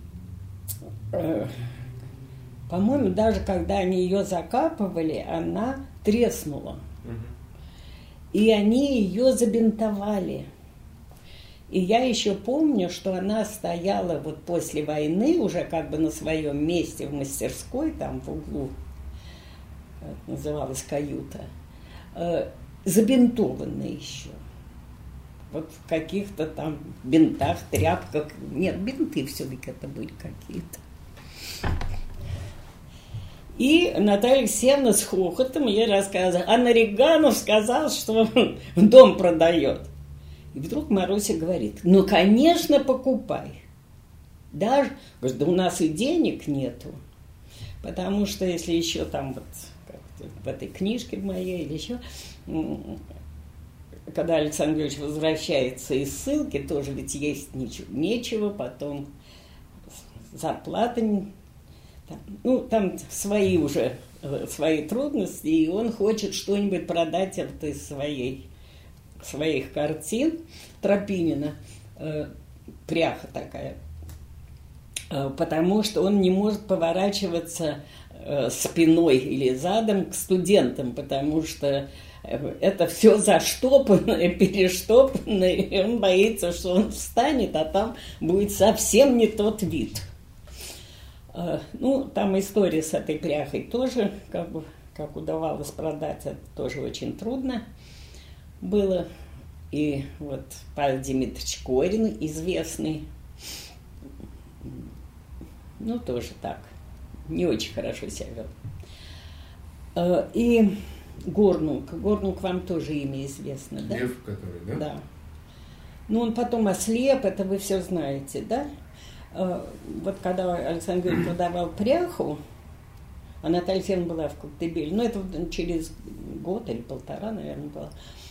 по-моему, даже когда они ее закапывали, она треснула. И они ее забинтовали. И я еще помню, что она стояла вот после войны уже как бы на своем месте в мастерской, там в углу, это называлась каюта, забинтованная еще. Вот в каких-то там бинтах, тряпках. Нет, бинты все-таки это были какие-то. И Наталья Алексеевна с хохотом ей рассказывала, а Нариганов сказал, что дом продает. И вдруг Маруся говорит, ну, конечно, покупай. Даже, говорит, да у нас и денег нету. Потому что если еще там вот в этой книжке моей или еще, когда Александр Георгиевич возвращается из ссылки, тоже ведь есть нечего, потом зарплата, там свои уже, свои трудности, и он хочет что-нибудь продать от из своих картин Тропинина, пряха такая, потому что он не может поворачиваться спиной или задом к студентам, потому что это все заштопано, перештопано, и он боится, что он встанет, а там будет совсем не тот вид. Ну, там история с этой пряхой тоже, как удавалось продать, это тоже очень трудно было. И вот Павел Дмитриевич Корин, известный, ну, тоже так, не очень хорошо себя вел. И Горнук вам тоже имя известно, да? Лев, который, да? Да. Ну, он потом ослеп, это вы все знаете, да? Вот когда Александр Георгиевич продавал пряху, а Наталья Алексеевна была в Коктебеле, ну, это через год или полтора, наверное, было.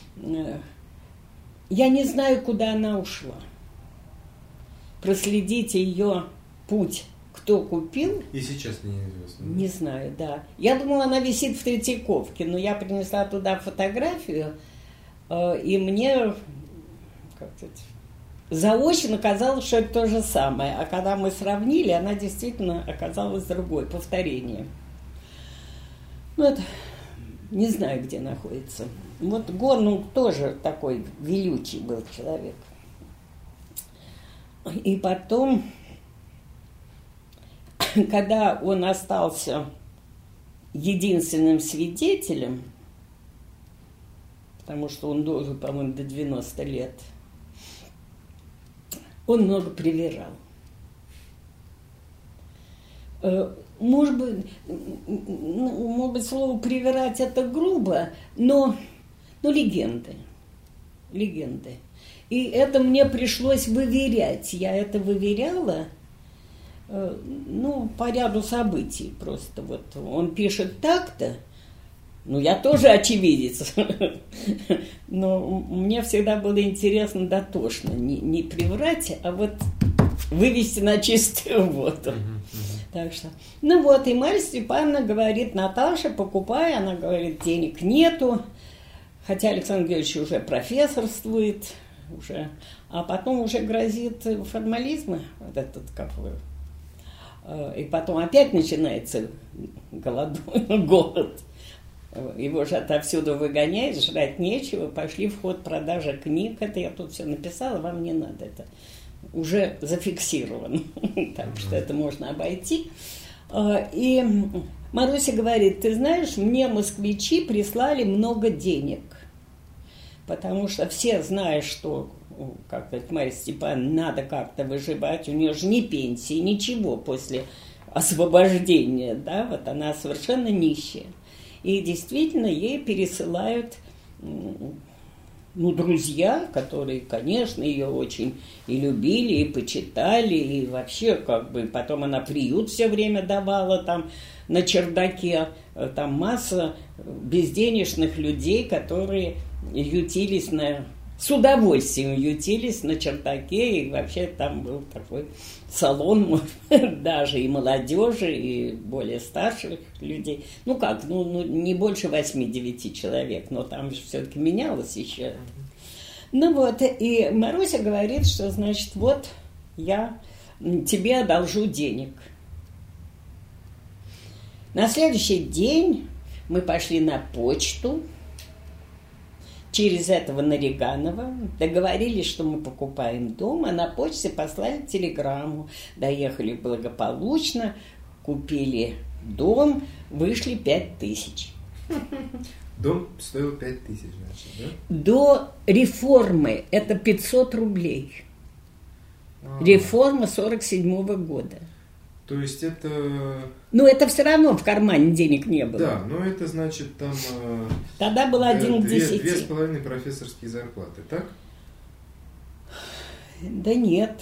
Я не знаю, куда она ушла. Проследите ее путь, кто купил. И сейчас неизвестно. Не знаю, да. Я думала, она висит в Третьяковке, но я принесла туда фотографию, и мне как-то заочно казалось, что это то же самое. А когда мы сравнили, она действительно оказалась другой, повторение. Ну, это не знаю, где находится. Вот Горнук тоже такой велючий был человек. И потом, когда он остался единственным свидетелем, потому что он дожил, по-моему, до 90 лет, он много привирал. Может быть, слово «привирать» это грубо, но легенды. И это мне пришлось выверять. Я это выверяла, по ряду событий просто. Вот он пишет так-то, я тоже очевидец. Но мне всегда было интересно дотошно. Не приврать, а вот вывести на чистую воду. Так что, и Марья Степановна говорит, Наташа, покупай. Она говорит, денег нету. Хотя Александр Георгиевич уже профессорствует, а потом уже грозит формализм, вот этот какой. И потом опять начинается голод. Его же отовсюду выгоняют, жрать нечего, пошли в ход продажа книг. Это я тут все написала, вам не надо, это уже зафиксировано, так что это можно обойти. И Маруся говорит, ты знаешь, мне москвичи прислали много денег, потому что все знают, что, как говорит Марья Степановна, надо как-то выживать, у нее же ни пенсии, ничего после освобождения, да, вот она совершенно нищая. И действительно ей пересылают друзья, которые, конечно, ее очень и любили, и почитали, и вообще, потом она приют все время давала там на чердаке, там масса безденежных людей, которые ютились с удовольствием ютились на чердаке, и вообще там был такой салон даже и молодежи, и более старших людей. Не больше 8-9 человек, но там же все-таки менялось еще. И Маруся говорит, что, значит, вот я тебе одолжу денег. На следующий день мы пошли на почту, через этого Нариганова, договорились, что мы покупаем дом, а на почте послали телеграмму. Доехали благополучно, купили дом, вышли 5000. Дом стоил 5000, значит, да? До реформы это 500 рублей. Реформа 47-го года. То есть это... это все равно в кармане денег не было. Да, но это значит там... Тогда был 1 к 10. 2,5 профессорские зарплаты, так? Да нет.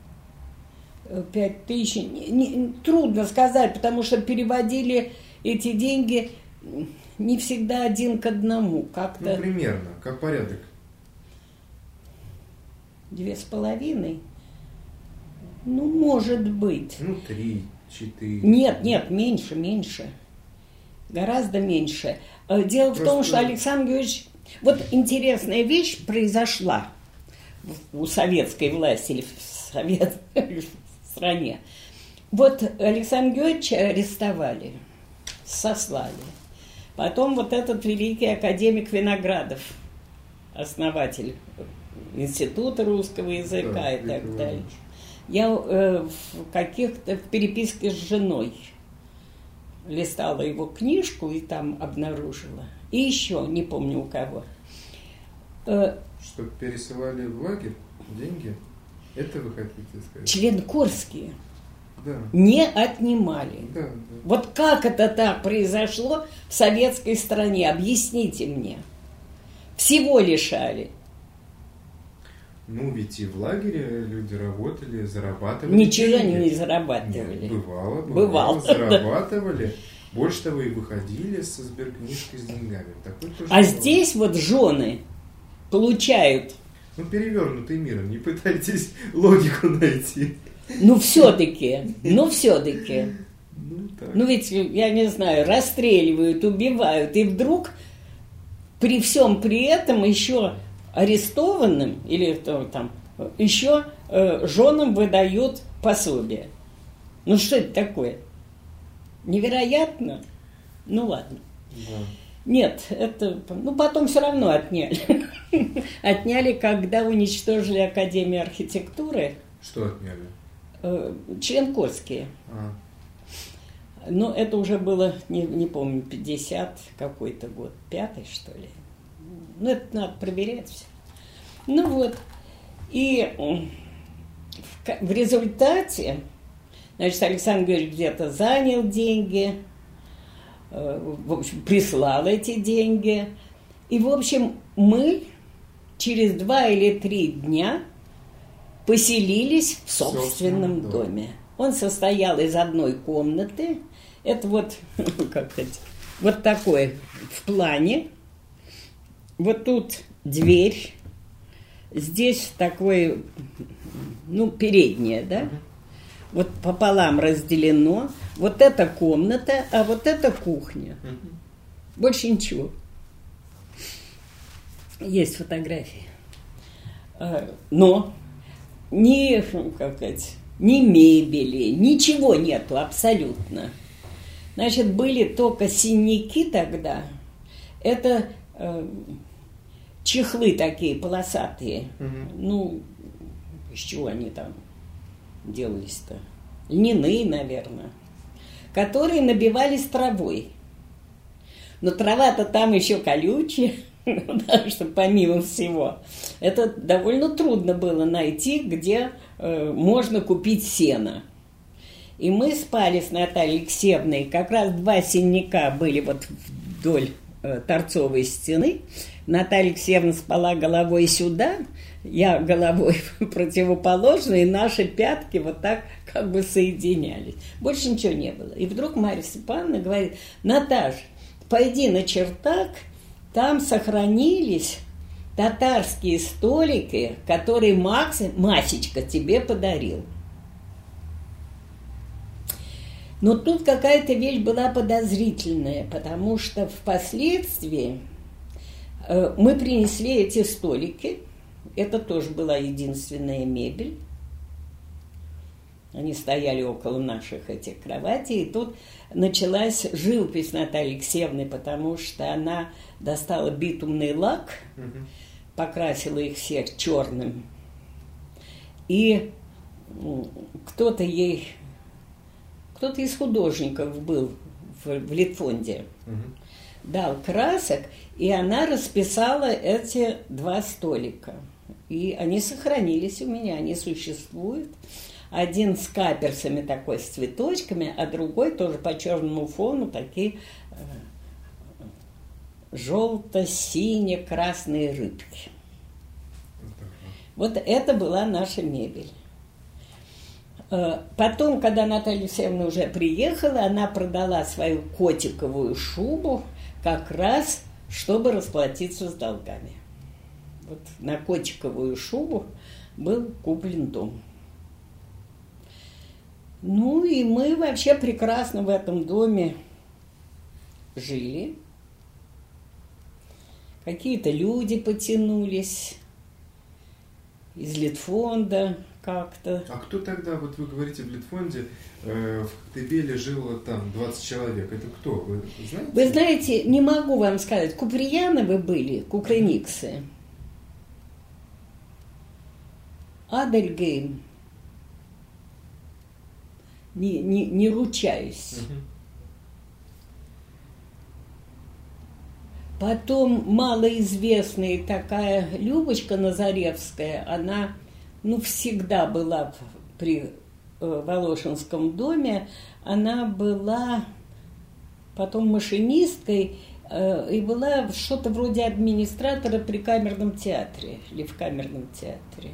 5000... Трудно сказать, потому что переводили эти деньги не всегда 1 к 1. Как-то... примерно. Как порядок? 2,5. Может быть. 3, 4. Нет, меньше. Гораздо меньше. Дело в том, что Александр Георгиевич... Вот интересная вещь произошла у советской власти или в советской стране. Вот Александра Георгиевича арестовали, сослали. Потом вот этот великий академик Виноградов, основатель Института русского языка и так далее. Я в переписке с женой листала его книжку и там обнаружила. И еще, не помню у кого. Что пересылали в лагерь деньги? Это вы хотите сказать? Членкорские. Да. Не отнимали. Да. Вот как это так произошло в советской стране? Объясните мне. Всего лишали. Ведь и в лагере люди работали, зарабатывали. Ничего они не зарабатывали. Нет, бывало. Зарабатывали. Больше того, и выходили со сберкнижкой с деньгами. Здесь вот жены получают... перевернутый мир. Не пытайтесь логику найти. Все-таки. Так. Ведь, я не знаю, расстреливают, убивают. И вдруг при всем при этом еще... арестованным или там еще женам выдают пособие. Что это такое? Невероятно. Ладно. Да. Нет, это... потом все равно отняли. Отняли, когда уничтожили Академию архитектуры. Что отняли? Членкорские. Это уже было, не помню, 50 какой-то год, 5-й, что ли. Это надо проверять все. И в результате, значит, Александр Георгиевич где-то занял деньги, в общем, прислал эти деньги. И, в общем, мы через 2 или 3 дня поселились в собственном доме. Он состоял из одной комнаты. Это вот такое в плане. Вот тут дверь, здесь такое, переднее, да? Вот пополам разделено. Вот это комната, а вот это кухня. Больше ничего. Есть фотографии. Но ни мебели, ничего нету абсолютно. Значит, были только синяки тогда. Это... чехлы такие полосатые. Из чего они там делались-то? Льняные, наверное. Которые набивались травой. Но трава-то там еще колючая, потому что помимо всего. Это довольно трудно было найти, где можно купить сено. И мы спали с Натальей Алексеевной. Как раз 2 синяка были вот вдоль торцовой стены. Наталья Алексеевна спала головой сюда, я головой противоположной, и наши пятки вот так как бы соединялись. Больше ничего не было. И вдруг Марья Степановна говорит: Наташ, пойди на чердак, там сохранились татарские столики, которые Масечка тебе подарил. Но тут какая-то вещь была подозрительная, потому что впоследствии мы принесли эти столики. Это тоже была единственная мебель. Они стояли около наших этих кроватей. И тут началась живопись Натальи Алексеевны, потому что она достала битумный лак, покрасила их всех черным. И кто-то из художников был в Литфонде, дал красок, и она расписала эти 2 столика. И они сохранились у меня, они существуют. Один с каперсами такой, с цветочками, а другой тоже по черному фону, такие желто-сине-красные рыбки. Вот это была наша мебель. Потом, когда Наталья Алексеевна уже приехала, она продала свою котиковую шубу как раз, чтобы расплатиться с долгами. Вот на котиковую шубу был куплен дом. Ну и мы вообще прекрасно в этом доме жили. Какие-то люди потянулись из Литфонда как-то. А кто тогда, вот вы говорите, в Литфонде, в Коктебеле жило там 20 человек? Это кто? Вы знаете? Вы знаете, не могу вам сказать. Куприяновы были, кукрыниксы. Адельгейм. Не ручаюсь. Потом малоизвестная такая Любочка Назаревская, она всегда была при Волошинском доме, она была потом машинисткой и была что-то вроде администратора при камерном театре или в камерном театре.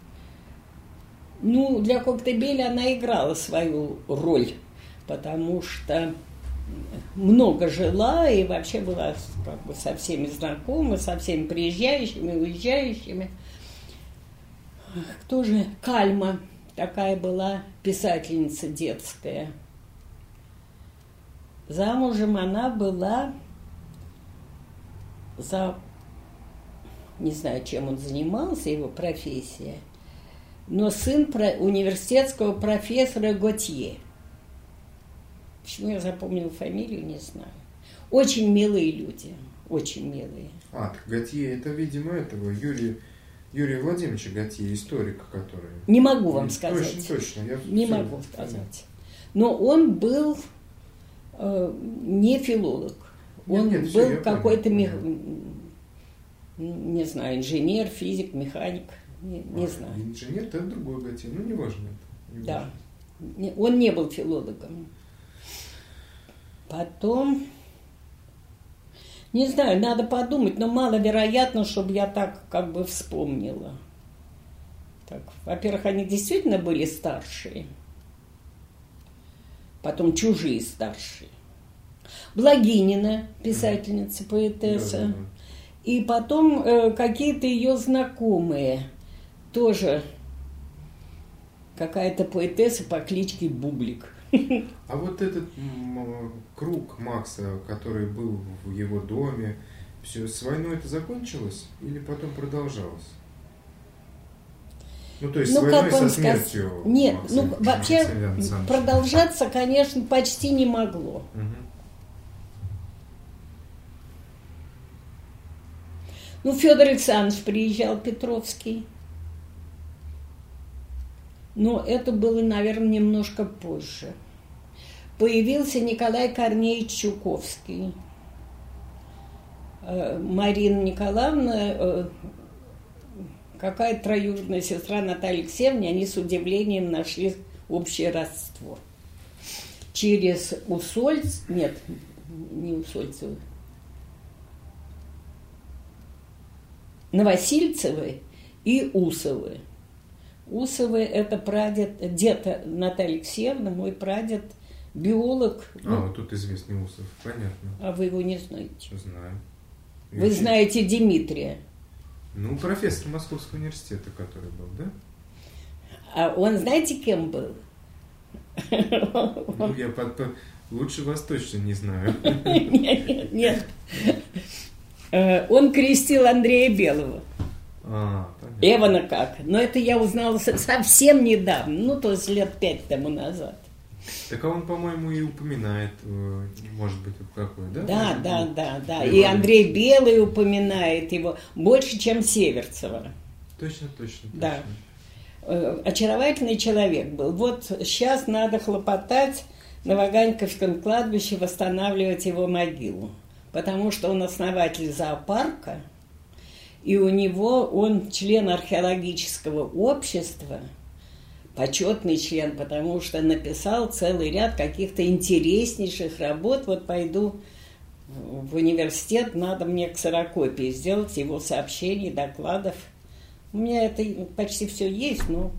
Для Коктебеля она играла свою роль, потому что много жила и вообще была как бы со всеми знакома, со всеми приезжающими, уезжающими. Кто же? Кальма такая была писательница детская. Замужем она была не знаю, чем он занимался, его профессия, но сын университетского профессора Готье. Почему я запомнила фамилию, не знаю. Очень милые люди, очень милые. Готье, это, видимо, этого Юрия Владимировича Готье, историка, который... Не могу вам сказать. Точно. Не могу сказать. Но он был не филолог. Он был какой-то, не знаю, инженер, физик, механик. Не знаю. Инженер, это другой Готье. Не важно это. Да. Он не был филологом. Потом, не знаю, надо подумать, но маловероятно, чтобы я так как бы вспомнила. Так, во-первых, они действительно были старшие. Потом чужие старшие. Благинина, писательница, поэтесса. Да. И потом какие-то ее знакомые. Тоже какая-то поэтесса по кличке Бублик. А вот этот круг Макса, который был в его доме, все, с войной это закончилось или потом продолжалось? То есть с войной, со смертью Нет, Макса, вообще продолжаться, конечно, почти не могло. Федор Александрович приезжал, Петровский. Но это было, наверное, немножко позже. Появился Николай Корнеевич Чуковский. Марина Николаевна, какая-то троюродная сестра Натальи Алексеевны, они с удивлением нашли общее родство. Через Усольцева, нет, не Усольцева, Новосильцевы и Усовы. Усовы – это дед Натальи Алексеевны, мой прадед, биолог. Вот тут известный Усов, понятно. А вы его не знаете? Знаю. Вы знаете Дмитрия? Ну, профессор Московского университета, который был, да? А он знаете, кем был? Ну, я лучше вас точно не знаю. Нет. Он крестил Андрея Белого. Эвана как? Но это я узнала совсем недавно, ну, то есть лет 5 тому назад. Так а он, по-моему, и упоминает, может быть, какой, да? Да. И Андрей Белый упоминает его больше, чем Северцева. Точно. Да. Очаровательный человек был. Вот сейчас надо хлопотать на Ваганьковском кладбище, восстанавливать его могилу. Потому что он основатель зоопарка, и он член археологического общества, почетный член, потому что написал целый ряд каких-то интереснейших работ. Вот пойду в университет, надо мне ксерокопии сделать его сообщений, докладов. У меня это почти все есть, но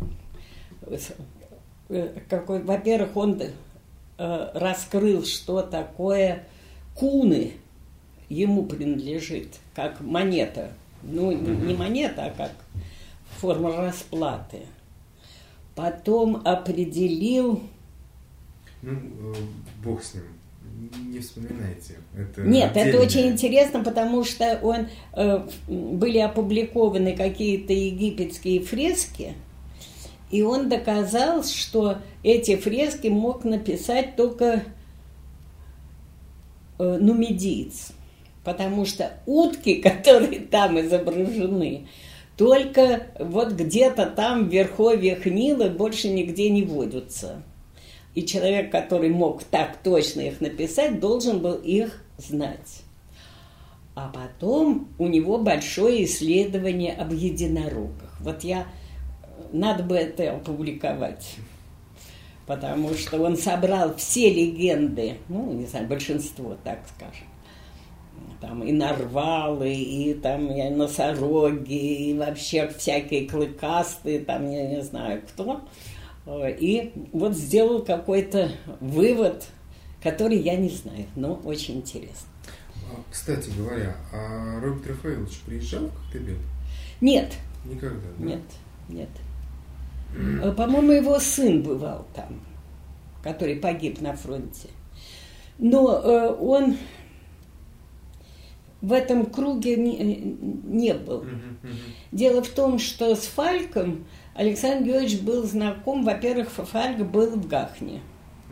во-первых, он раскрыл, что такое куны ему принадлежит, как монета. Ну, не монета, а как форма расплаты. Потом определил... Ну, бог с ним. Не вспоминайте. Нет, это очень интересно, потому что были опубликованы какие-то египетские фрески, и он доказал, что эти фрески мог написать только нумидиец, потому что утки, которые там изображены, только вот где-то там в верховьях Нила больше нигде не водятся. И человек, который мог так точно их написать, должен был их знать. А потом у него большое исследование об единорогах. Вот надо бы это опубликовать. Потому что он собрал все легенды, ну, не знаю, большинство, так скажем. Там и нарвалы, и там и носороги, и вообще всякие клыкастые, там я не знаю кто. И вот сделал какой-то вывод, который я не знаю, но очень интересно. Кстати говоря, а Роберт Рафаэлович приезжал в Коктебель? Нет. Никогда, да? Нет. По-моему, его сын бывал там, который погиб на фронте. Но он в этом круге не был. Дело в том, что с Фальком Александр Георгиевич был знаком. Во-первых, Фальк был в Гахне.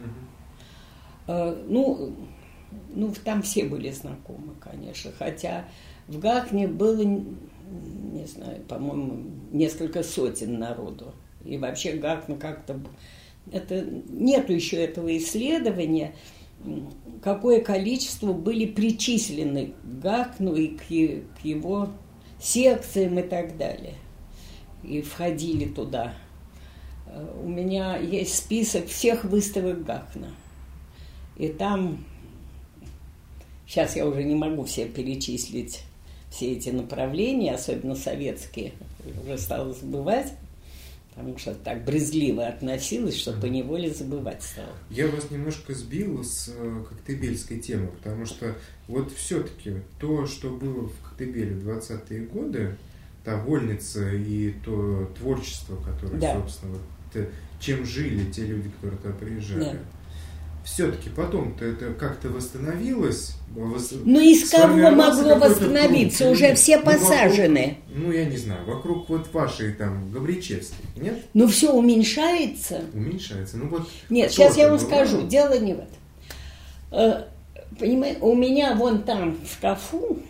Ну, там все были знакомы, конечно. Хотя в Гахне было, не знаю, по-моему, несколько сотен народу. И вообще Гахна как-то... Нету еще этого исследования, какое количество были причислены к Гахну и к его секциям и так далее. И входили туда. У меня есть список всех выставок Гахна. И там, сейчас я уже не могу все перечислить, все эти направления, особенно советские, уже стала забывать, потому что так брезгливо относилась, что поневоле забывать стала. Я вас немножко сбил с коктебельской темы, потому что вот все-таки то, что было в Коктебеле в 20-е годы, та вольница и то творчество, которое, собственно, чем жили те люди, которые туда приезжали. Да. Все-таки потом-то это как-то восстановилось. Ну, из кого могло восстановиться? Круг, уже все посажены. Вокруг, я не знаю, вокруг вот вашей там Гавричевской, нет? Ну, все уменьшается. Уменьшается. Ну, вот нет, сейчас я вам скажу. Дело не в этом. Понимаете, у меня вон там в шкафу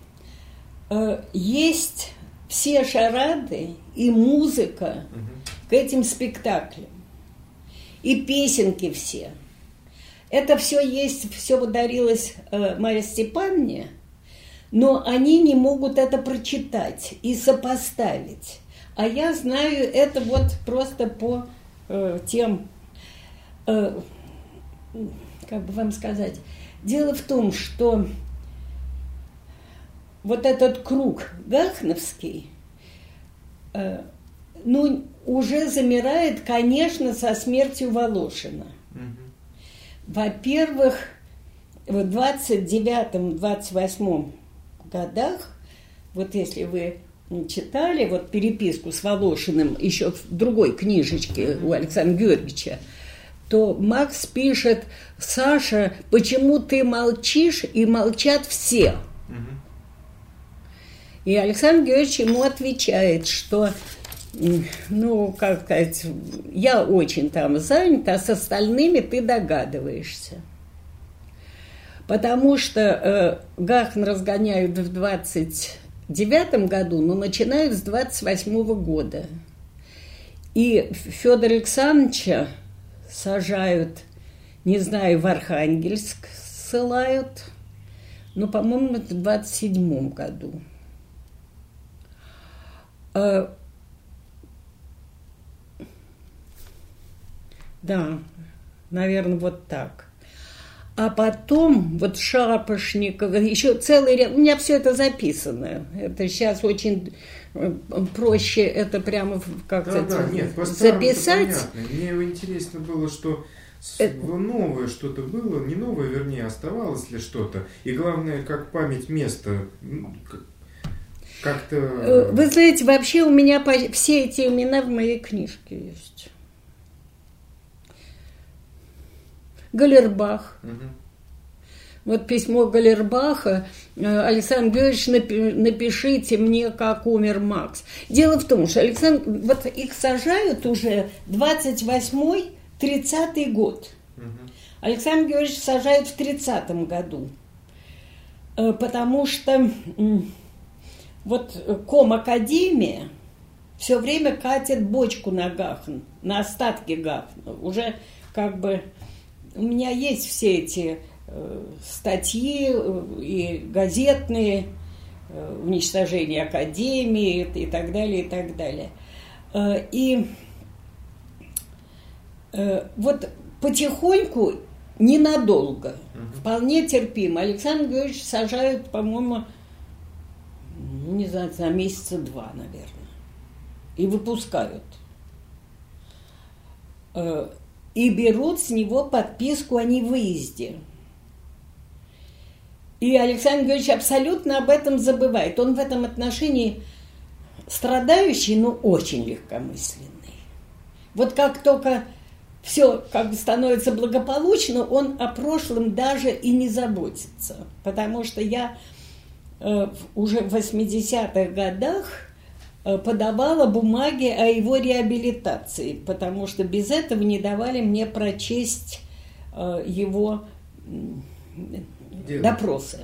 есть все шарады и музыка к этим спектаклям. И песенки все. Это все есть, все ударилось Марье Степановне, но они не могут это прочитать и сопоставить. А я знаю это вот просто по тем, как бы вам сказать. Дело в том, что вот этот круг гахновский, ну, уже замирает, конечно, со смертью Волошина. Во-первых, в 29-28 годах, вот если вы читали вот переписку с Волошиным еще в другой книжечке у Александра Георгиевича, то Макс пишет: «Саша, почему ты молчишь, и молчат все?» И Александр Георгиевич ему отвечает, что, ну, как сказать, я очень там занят, а с остальными ты догадываешься. Потому что Гахн разгоняют в 29 году, но начинают с 28 года. И Федора Александровича сажают, не знаю, в Архангельск ссылают, но, по-моему, это в 27 году. Да, наверное, вот так. А потом, вот Шапошников, еще целый ряд, у меня все это записано. Это сейчас очень проще это прямо как-то записать. Мне интересно было, что новое что-то было, не новое, вернее, оставалось ли что-то. И главное, как память места как-то... Вы знаете, вообще у меня все эти имена в моей книжке есть. Галербах. Вот письмо Галербаха: Александр Георгиевич, напишите мне, как умер Макс. Дело в том, что вот их сажают уже 28-30 год. Александр Георгиевич сажают в 30-м году. Потому что вот Комакадемия все время катит бочку на Гахн, на остатки Гахна. Уже как бы у меня есть все эти статьи и газетные, уничтожение академии и так далее, и так далее. И вот потихоньку, ненадолго, вполне терпимо, Александр Георгиевич сажают, по-моему, не знаю, на месяца 2, наверное, и выпускают. И берут с него подписку о невыезде. И Александр Георгиевич абсолютно об этом забывает. Он в этом отношении страдающий, но очень легкомысленный. Вот как только все как бы становится благополучно, он о прошлом даже и не заботится. Потому что я уже в 80-х годах подавала бумаги о его реабилитации, потому что без этого не давали мне прочесть его допросы.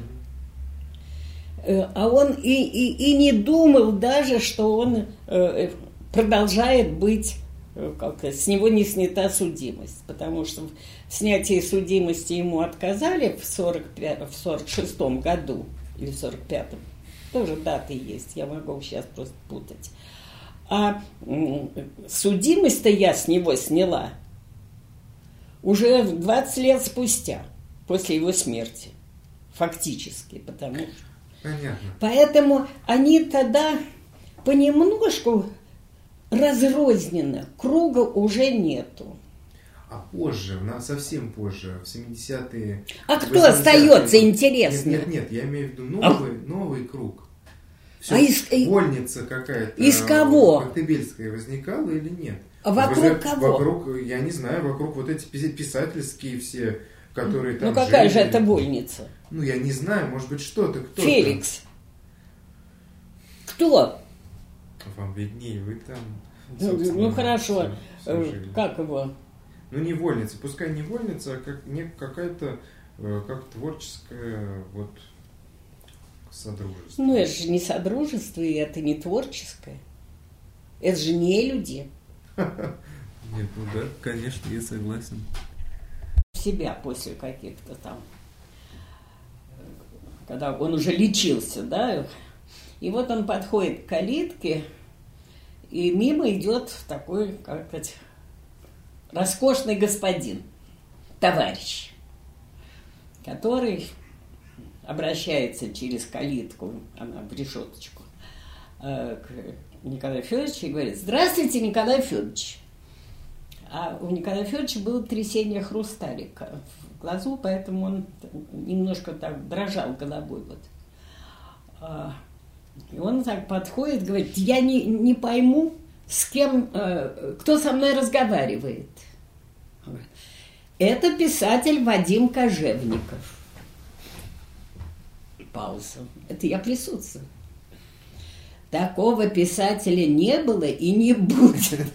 А он и не думал даже, что он продолжает быть, как-то с него не снята судимость, потому что в снятии судимости ему отказали в 46-м году или в 45-м. Тоже даты есть, я могу сейчас просто путать. А судимость-то я с него сняла уже 20 лет спустя, после его смерти, фактически, потому что... Понятно. Поэтому они тогда понемножку разрозненно, круга уже нету. А позже, совсем позже, в 70-е... А кто остается, интересно? Нет, я имею в виду новый круг. Все, вольница какая-то. Из кого? Коктебельская возникала или нет? А вокруг кого? Вокруг, я не знаю, вокруг вот эти писательские все, которые там... Ну какая же это вольница? Ну я не знаю, может быть кто-то. Феликс. Кто? Вам виднее, вы там... Ну хорошо, как его? Ну не вольница, пускай не вольница, а какая-то как творческое вот содружество. Ну это же не содружество, и это не творческое. Это же не люди. Нет, ну да, конечно, я согласен. Себя после каких-то там, когда он уже лечился, да, и вот он подходит к калитке, и мимо идет такой, как сказать, роскошный господин, товарищ, который обращается через калитку, она в решеточку, к Николаю Федоровичу и говорит: «Здравствуйте, Николай Федорович». А у Николая Федоровича было трясение хрусталика в глазу, поэтому он немножко так дрожал головой. Вот. И он так подходит, говорит: «Я не пойму, с кем, кто со мной разговаривает». «Это писатель Вадим Кожевников». Пауза. Это я присутствую. «Такого писателя не было и не будет».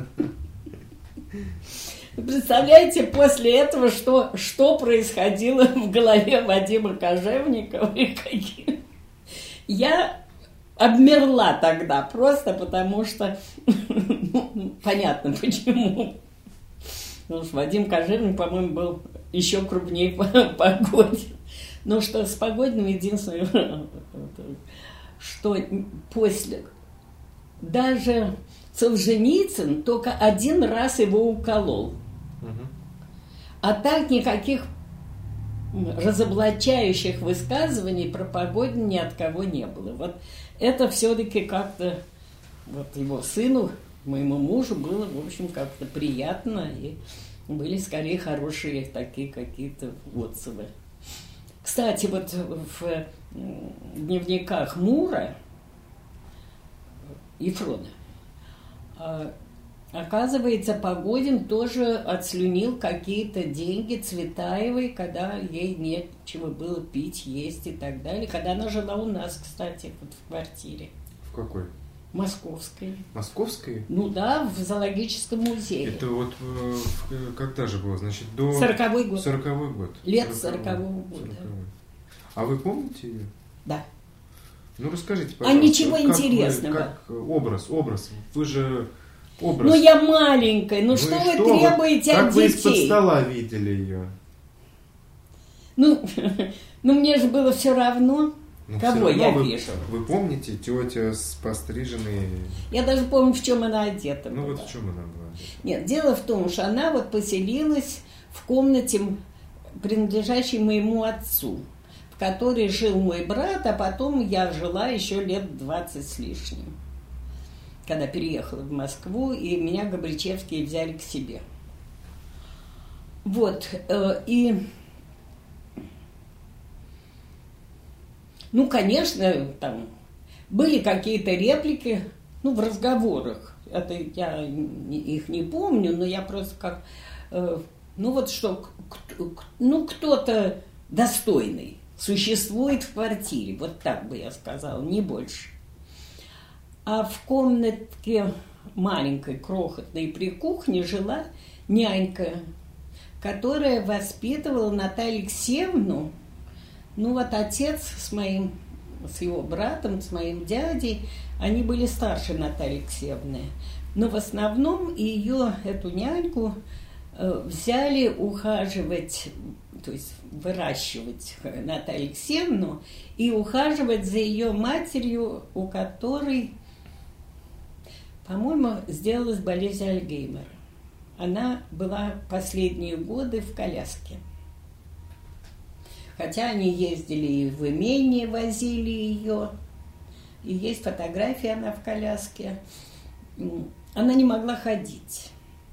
Представляете, после этого, что происходило в голове Вадима Кожевникова и какие... Я обмерла тогда просто потому что... понятно почему. Потому что Вадим Кожевник, по-моему, был еще крупнее Погодин. Но что с Погодиным единственное, что после... Даже Солженицын только один раз его уколол. А так никаких разоблачающих высказываний про Погодина ни от кого не было. Вот это все-таки как-то вот его сыну, моему мужу, было, в общем, как-то приятно. И были скорее хорошие такие какие-то отзывы. Кстати, вот в дневниках Мура и Фрода, оказывается, Погодин тоже отслюнил какие-то деньги Цветаевой, когда ей нечего было пить, есть и так далее. Когда она жила у нас, кстати, вот в квартире. В какой? Московской. Московской? Ну да, в зоологическом музее. Это вот когда же было? Значит, до... 40-й год. 40-й год. Лет 40-го года. 40-й. А вы помните ее? Да. Ну, расскажите, пожалуйста. А ничего интересного. Как образ. Вы же образ. Ну, я маленькая. Ну, что вы требуете от детей? Как вы из-под стола видели ее? Ну, мне же было все равно, кого я вижу. Вы помните тетя с постриженной... Я даже помню, в чем она одета была. Ну, вот в чем она была одета. Нет, дело в том, что она вот поселилась в комнате, принадлежащей моему отцу, в которой жил мой брат, а потом я жила еще лет 20 с лишним, когда переехала в Москву, и меня Габричевские взяли к себе. Вот, и... Ну, конечно, там были какие-то реплики, ну, в разговорах. Это я их не помню, но я просто как... Ну, вот что, ну, кто-то достойный существует в квартире, вот так бы я сказала, не больше. А в комнатке маленькой, крохотной при кухне жила нянька, которая воспитывала Наталью Алексеевну. Ну вот отец с его братом, с моим дядей, они были старше Натальи Алексеевны. Но в основном эту няньку, взяли ухаживать, то есть выращивать Наталью Алексеевну и ухаживать за ее матерью, у которой, по-моему, сделалась болезнь Альцгеймера. Она была последние годы в коляске. Хотя они ездили и в имение, возили ее. И есть фотографии, она в коляске. Она не могла ходить.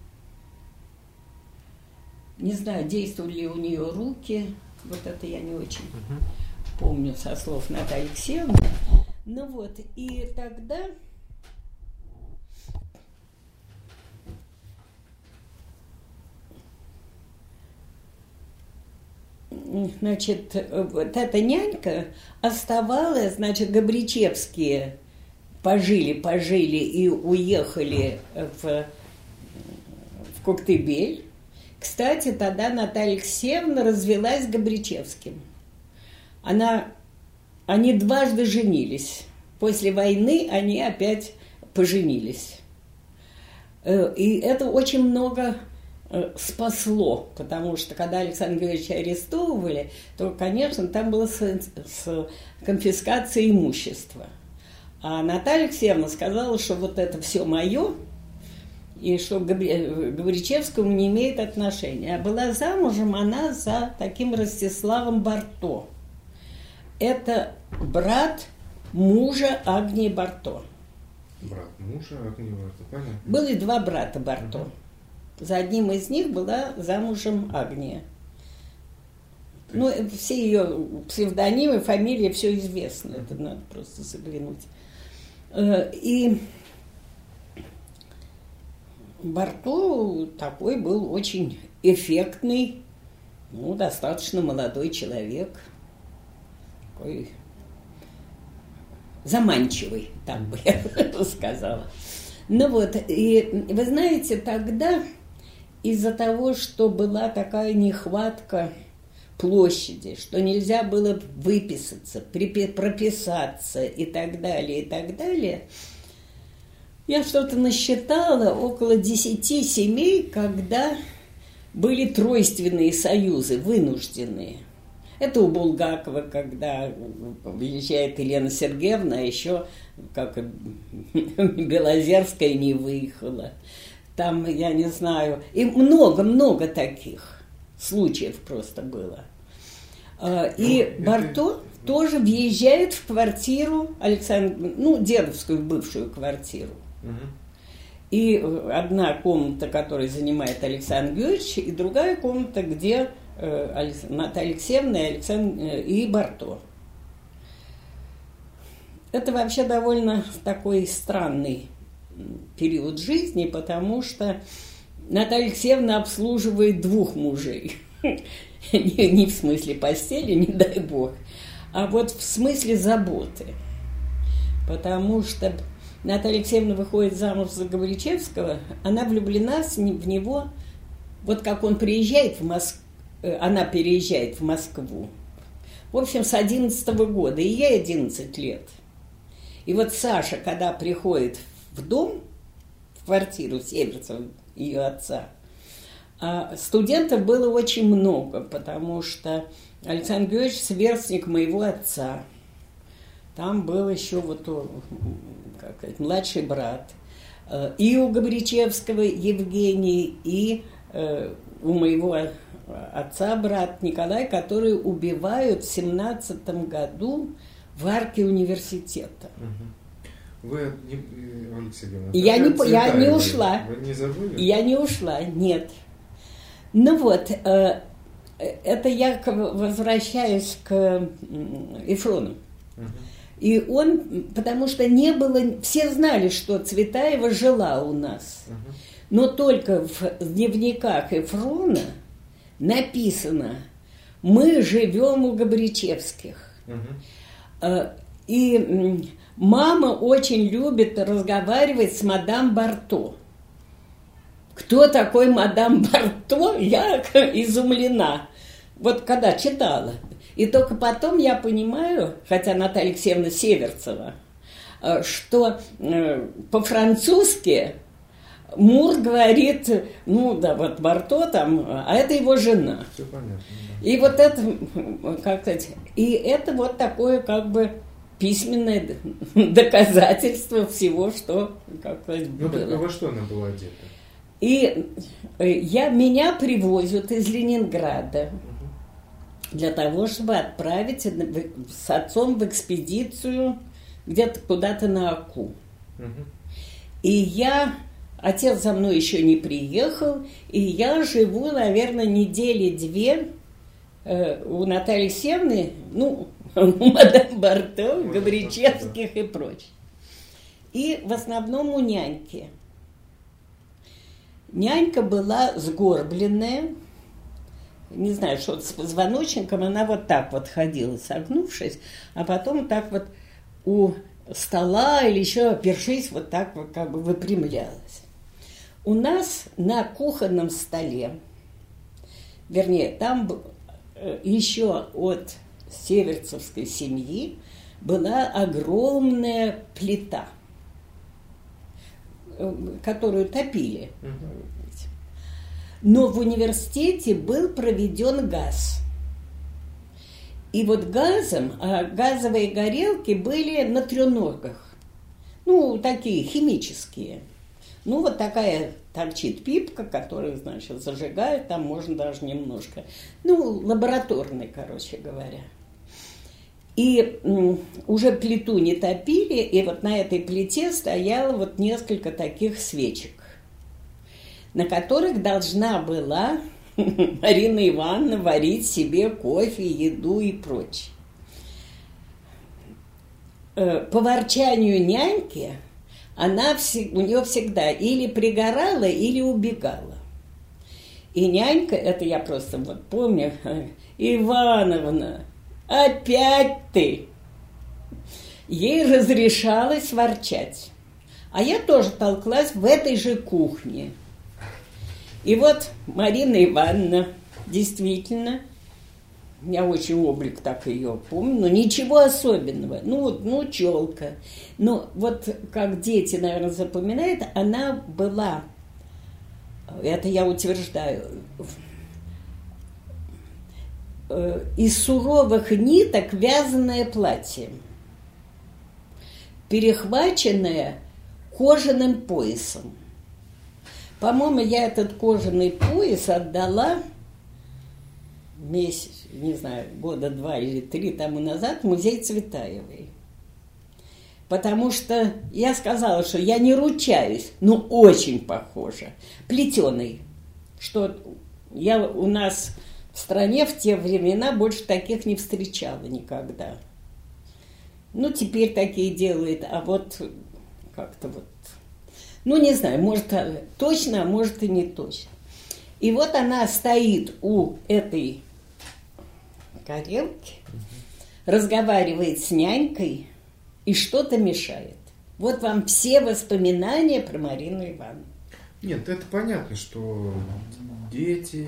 Не знаю, действовали ли у нее руки. Вот это я не очень помню со слов Натальи Алексеевны. Ну вот, и тогда... Значит, вот эта нянька оставалась, значит, Габричевские пожили и уехали в Коктебель. Кстати, тогда Наталья Алексеевна развелась с Габричевским. Они дважды женились. После войны они опять поженились. И это очень много спасло, потому что когда Александра Григорьевича арестовывали, то, конечно, там было с конфискацией имущества. А Наталья Алексеевна сказала, что вот это все мое, и что к Габричевскому не имеет отношения. А была замужем она за таким Ростиславом Барто. это брат мужа Агнии Барто. Брат мужа Агнии Барто, понятно. Было и два брата Барто. За одним из них была замужем Агния. Ну, все ее псевдонимы, фамилии, все известно. Это надо просто заглянуть. И Барто такой был очень эффектный, ну, достаточно молодой человек. Такой заманчивый, так бы я сказала. Ну вот, и вы знаете, тогда из-за того, что была такая нехватка площади, что нельзя было выписаться, прописаться и так далее, я что-то насчитала, около 10 семей, когда были тройственные союзы, вынужденные. Это у Булгакова, когда выезжает Елена Сергеевна, а еще как Белозерская не выехала. Там, я не знаю, и много-много таких случаев просто было. И Барто тоже въезжает в квартиру дедовскую бывшую квартиру. И одна комната, которую занимает Александр Георгиевич, и другая комната, где Наталья Алексеевна и Барто. Это вообще довольно такой странный период жизни, потому что Наталья Алексеевна обслуживает двух мужей. Не в смысле постели, не дай бог, а вот в смысле заботы. Потому что Наталья Алексеевна выходит замуж за Гавриличевского, она влюблена в него, вот как он приезжает в Москву, она переезжает в Москву. В общем, с 11 года, и ей 11 лет. И вот Саша, когда приходит в дом, в квартиру Северцева, ее отца, студентов было очень много, потому что Александр Георгиевич сверстник моего отца. Там был еще младший брат. И у Гавриличевского Евгений, и у моего отца брат Николай, которые убивают в 17-м году в арке университета. Вы, Алексей я не ушла. Вы не забыли? Я не ушла, нет. Ну вот, это я возвращаюсь к Ефрону. И он, потому что не было, все знали, что Цветаева жила у нас, но только в дневниках Ефрона написано: мы живем у Габричевских. И мама очень любит разговаривать с мадам Барто. Кто такой мадам Барто, я изумлена. Вот когда читала. И только потом я понимаю, хотя Наталья Алексеевна Северцева, что по-французски Мур говорит, вот Барто там, а это его жена. Все понятно. Да. И вот это, как сказать, и это вот такое как бы письменное доказательство всего, что, как сказать, было. Ну, так во что она была одета? И меня привозят из Ленинграда для того, чтобы отправить с отцом в экспедицию где-то куда-то на Аку. И отец за мной еще не приехал, и я живу, наверное, недели 2 у Натальи Алексеевны, у мадам Барто, Гавричевских и прочее. И в основном у няньки. Нянька была сгорбленная, не знаю, что с позвоночником, она вот так вот ходила, согнувшись, а потом так вот у стола или еще опершись, вот так вот как бы выпрямлялась. У нас на кухонном столе, вернее, там еще от северцевской семьи была огромная плита, которую топили. Но в университете был проведен газ. И вот газовые горелки были на треногах. Такие химические. Вот такая торчит пипка, которую, значит, зажигают, там можно даже немножко. Лабораторный, короче говоря. И уже плиту не топили, и вот на этой плите стояло вот несколько таких свечек, на которых должна была Марина Ивановна варить себе кофе, еду и прочее. По ворчанию няньки, у нее всегда или пригорала, или убегала. И нянька, это я просто вот помню, Ивановна, опять ты! Ей разрешалось ворчать. А я тоже толклась в этой же кухне. И вот Марина Ивановна, действительно, я очень облик так ее помню, но ничего особенного. Ну, челка. Но вот как дети, наверное, запоминают, она была, это я утверждаю, из суровых ниток вязаное платье, перехваченное кожаным поясом. По-моему, я этот кожаный пояс отдала месяц, не знаю, года 2 или 3 тому назад в музей Цветаевой. Потому что я сказала, что я не ручаюсь, но очень похоже. Плетеный. Что у нас в стране в те времена больше таких не встречала никогда. Ну, теперь такие делают, а вот как-то вот... Ну, не знаю, может точно, а может и не точно. И вот она стоит у этой тарелки, разговаривает с нянькой и что-то мешает. Вот вам все воспоминания про Марину Ивановну. Нет, это понятно, что дети...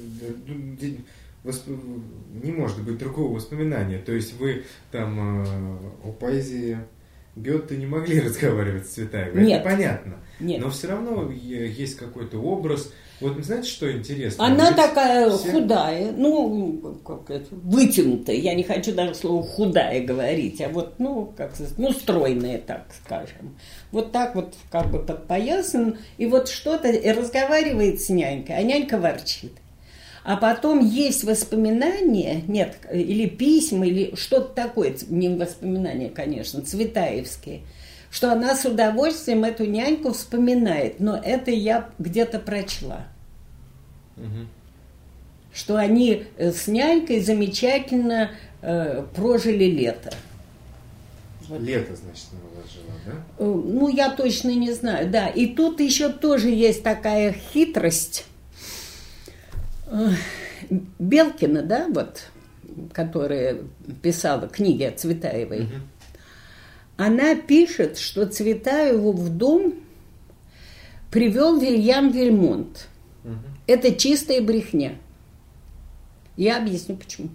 Не может быть другого воспоминания. То есть вы там о поэзии Гёте не могли разговаривать с Цветаевой. Нет. Это понятно. Нет. Но все равно есть какой-то образ. Вот знаете, что интересно? Она такая худая, ну, как это, вытянутая. Я не хочу даже слово худая говорить, а вот, ну, как сказать, ну, стройная, так скажем. Вот так вот как бы подпоясан, и вот что-то и разговаривает с нянькой, а нянька ворчит. А потом есть воспоминания, нет, или письма, или что-то такое, не воспоминания, конечно, цветаевские, что она с удовольствием эту няньку вспоминает. Но это я где-то прочла. Угу. Что они с нянькой замечательно прожили лето. Вот. Лето, значит, она у вас жила, да? Ну, я точно не знаю, да. И тут еще тоже есть такая хитрость. Белкина, да, вот, которая писала книги о Цветаевой, угу. Она пишет, что Цветаеву в дом привел Вильям Вельмонт. Угу. Это чистая брехня. Я объясню, почему.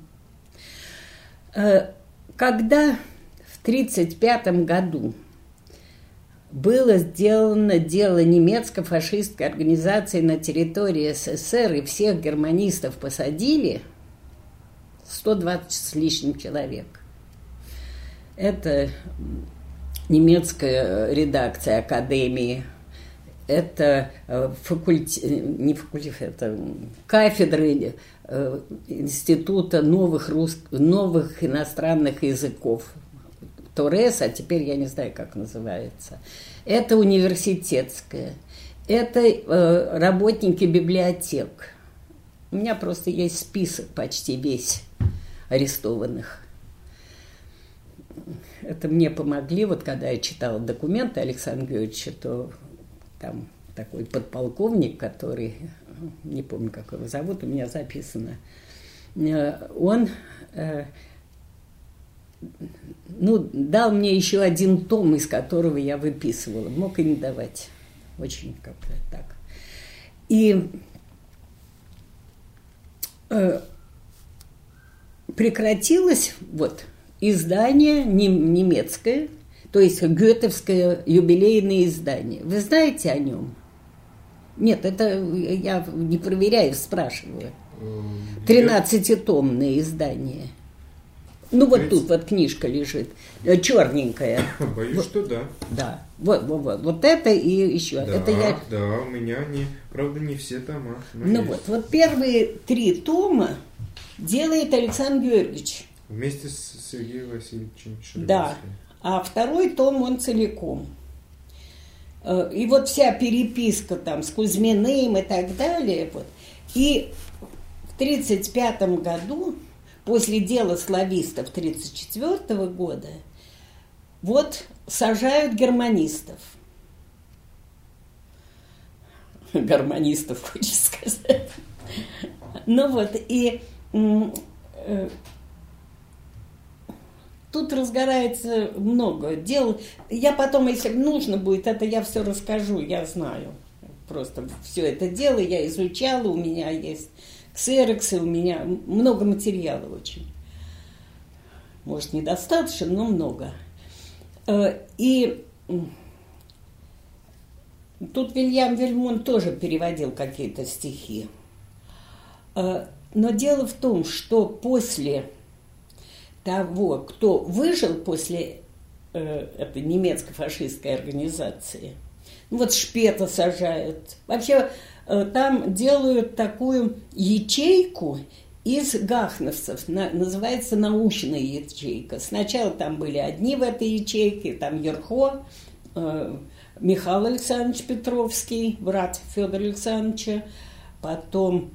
Когда в 1935 году было сделано дело немецко-фашистской организации на территории СССР, и всех германистов посадили, 120 с лишним человек. Это немецкая редакция Академии, это это кафедры Института новых иностранных языков. Торрес, а теперь я не знаю, как называется. Это университетская. Это работники библиотек. У меня просто есть список почти весь арестованных. Это мне помогли, вот когда я читала документы Александра Георгиевича, то там такой подполковник, который, не помню, как его зовут, у меня записано, он... дал мне еще один том, из которого я выписывала. Мог и не давать. Очень как-то так. И прекратилось вот издание немецкое, то есть гетовское юбилейное издание. Вы знаете о нем? Нет, это я не проверяю, спрашиваю. 13-томное издание. Ну, вот тут вот книжка лежит, черненькая. Боюсь, что да. Да, вот это и еще. Да, это я... да, у меня, правда, не все тома. Ну вот первые 3 тома делает Александр Георгиевич. Вместе с Сергеем Васильевичем Шербинским. Да, а второй том он целиком. И вот вся переписка там с Кузьминым и так далее. Вот. И в 1935 году, после дела славистов 1934 года, вот сажают германистов. Гармонистов, хочется сказать. Ну вот, и тут разгорается много дел. Я потом, если нужно будет, это я все расскажу, я знаю. Просто все это дело я изучала, у меня есть ксероксы, у меня много материала очень. Может, недостаточно, но много. И тут Вильям Вельмон тоже переводил какие-то стихи. Но дело в том, что после того, кто выжил после этой немецко-фашистской организации, ну вот Шпета сажают. Вообще там делают такую ячейку из гахновцев, называется научная ячейка. Сначала там были одни в этой ячейке, там Ерхо, Михаил Александрович Петровский, брат Федора Александровича, потом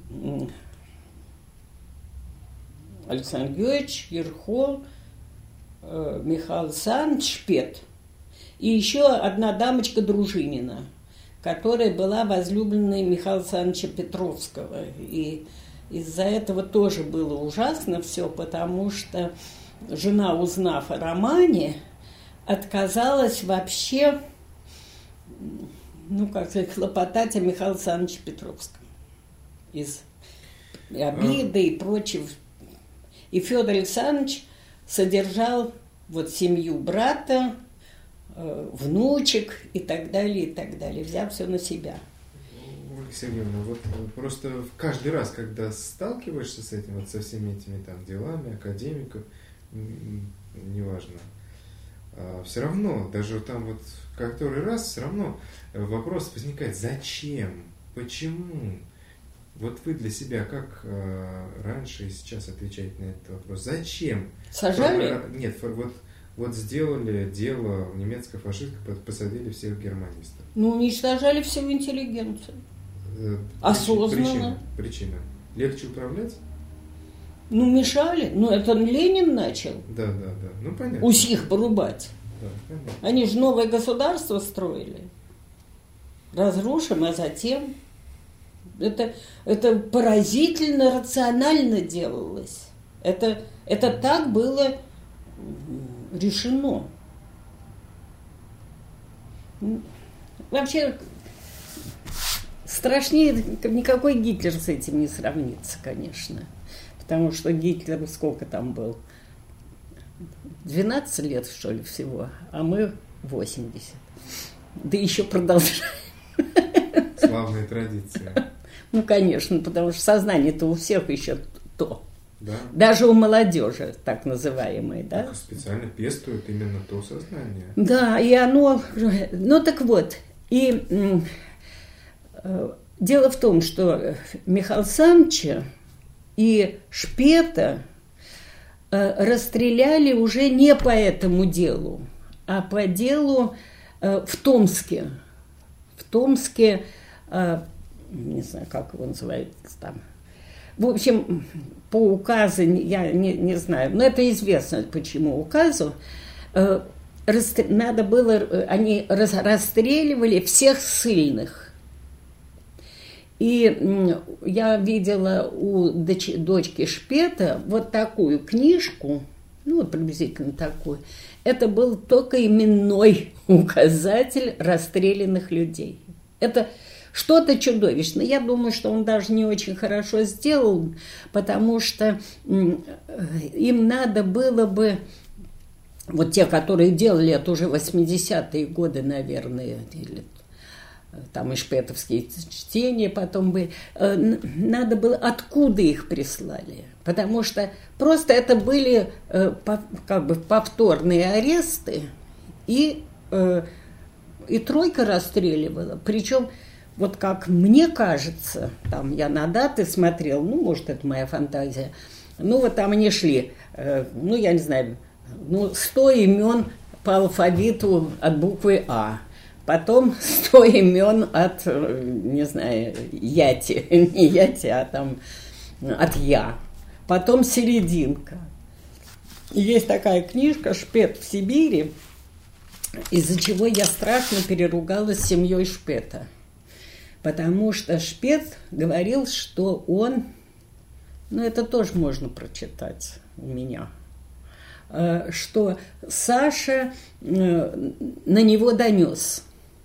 Александр Георгиевич, Ерхо, Михаил Александрович, Шпет. И еще одна дамочка Дружинина, которая была возлюбленной Михаила Александровича Петровского. И из-за этого тоже было ужасно все, потому что жена, узнав о романе, отказалась вообще, ну, как сказать, хлопотать о Михаиле Александровиче Петровском. Из обиды и прочего. И Федор Александрович содержал вот семью брата, внучек и так далее, взяв все на себя. Ольга Сергеевна, вот просто каждый раз, когда сталкиваешься с этим, вот со всеми этими там делами, академиков, неважно, все равно, даже там вот который раз, все равно вопрос возникает, зачем, почему? Вот вы для себя как раньше и сейчас отвечаете на этот вопрос? Зачем? Сажали? Нет, вот сделали дело в немецко-фашистской, посадили всех германистов. Ну, уничтожали всю интеллигенцию. Осознанно. Причина. Легче управлять? Ну, мешали. Ну, это Ленин начал. Да. Ну, понятно. Усих порубать. Да, понятно. Они же новое государство строили. Разрушим, а затем... Это поразительно рационально делалось. Это так было решено. Вообще, страшнее никакой Гитлер с этим не сравнится, конечно. Потому что Гитлер сколько там был? 12 лет, что ли, всего, а мы 80. Да еще продолжаем. Славные традиции. Ну, конечно, потому что сознание-то у всех еще то. Да. Даже у молодежи, так называемой, да? Так специально пестуют именно то сознание. Да, и оно... Ну, так вот. И дело в том, что Михаила Александровича и Шпета расстреляли уже не по этому делу, а по делу в Томске. В Томске... не знаю, как его называют там. В общем, по указу, я не знаю, но это известно, почему указу, надо было, они расстреливали всех ссыльных. И я видела у дочки Шпета вот такую книжку, ну, вот приблизительно такую. Это был только именной указатель расстрелянных людей. Это что-то чудовищное. Я думаю, что он даже не очень хорошо сделал, потому что им надо было бы, вот те, которые делали это уже 80-е годы, наверное, или там и шпетовские чтения потом были, надо было, откуда их прислали. Потому что просто это были как бы повторные аресты, и тройка расстреливала. Причем, вот как мне кажется, там я на даты смотрел, ну, может, это моя фантазия, Ну, вот там они шли, ну, я не знаю, 100 имен по алфавиту от буквы А. Потом 100 имен от, не знаю, Яти. Не Яти, а там от Я. Потом серединка. И есть такая книжка «Шпет в Сибири», из-за чего я страшно переругалась с семьей Шпета. Потому что Шпет говорил, что он, ну это тоже можно прочитать у меня, что Саша на него донес.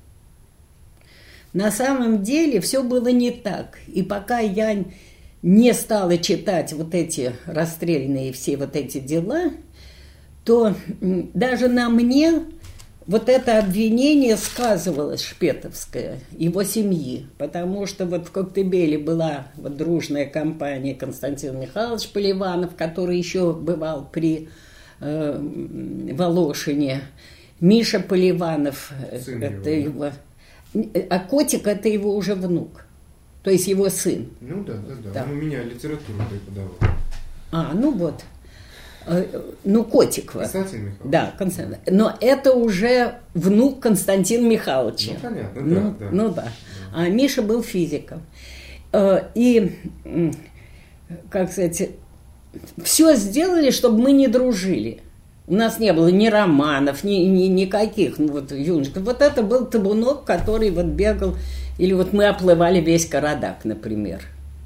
На самом деле все было не так. И пока я не стала читать вот эти расстрельные все вот эти дела, то даже на мне вот это обвинение сказывалось шпетовское, его семьи, потому что вот в Коктебеле была вот дружная компания Константин Михайлович Поливанов, который еще бывал при Волошине, Миша Поливанов, это его, а Котик это его уже внук, то есть его сын. Ну да. Он у меня литературу преподавал. Ну вот. Ну, Котикова. Константин Михайлович. Да, Константин. Но это уже внук Константина Михайловича. Ну, понятно, да. Ну, да. А Миша был физиком. И, как сказать, все сделали, чтобы мы не дружили. У нас не было ни романов, ни никаких, ну, вот, юношек. Вот это был табунок, который вот бегал, или вот мы оплывали весь Карадак, например.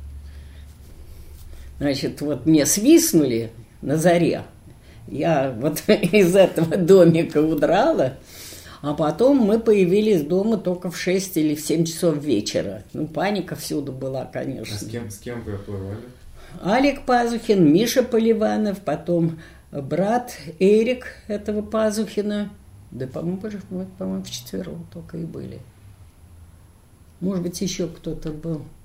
Значит, вот мне свистнули на заре. Я вот из этого домика удрала, а потом мы появились дома только в 6 или в 7 часов вечера. Ну, паника всюду была, конечно. А с кем вы оплывали? Алик Пазухин, Миша Поливанов, потом брат Эрик этого Пазухина. Да, по-моему, вчетвером только и были. Может быть, еще кто-то был.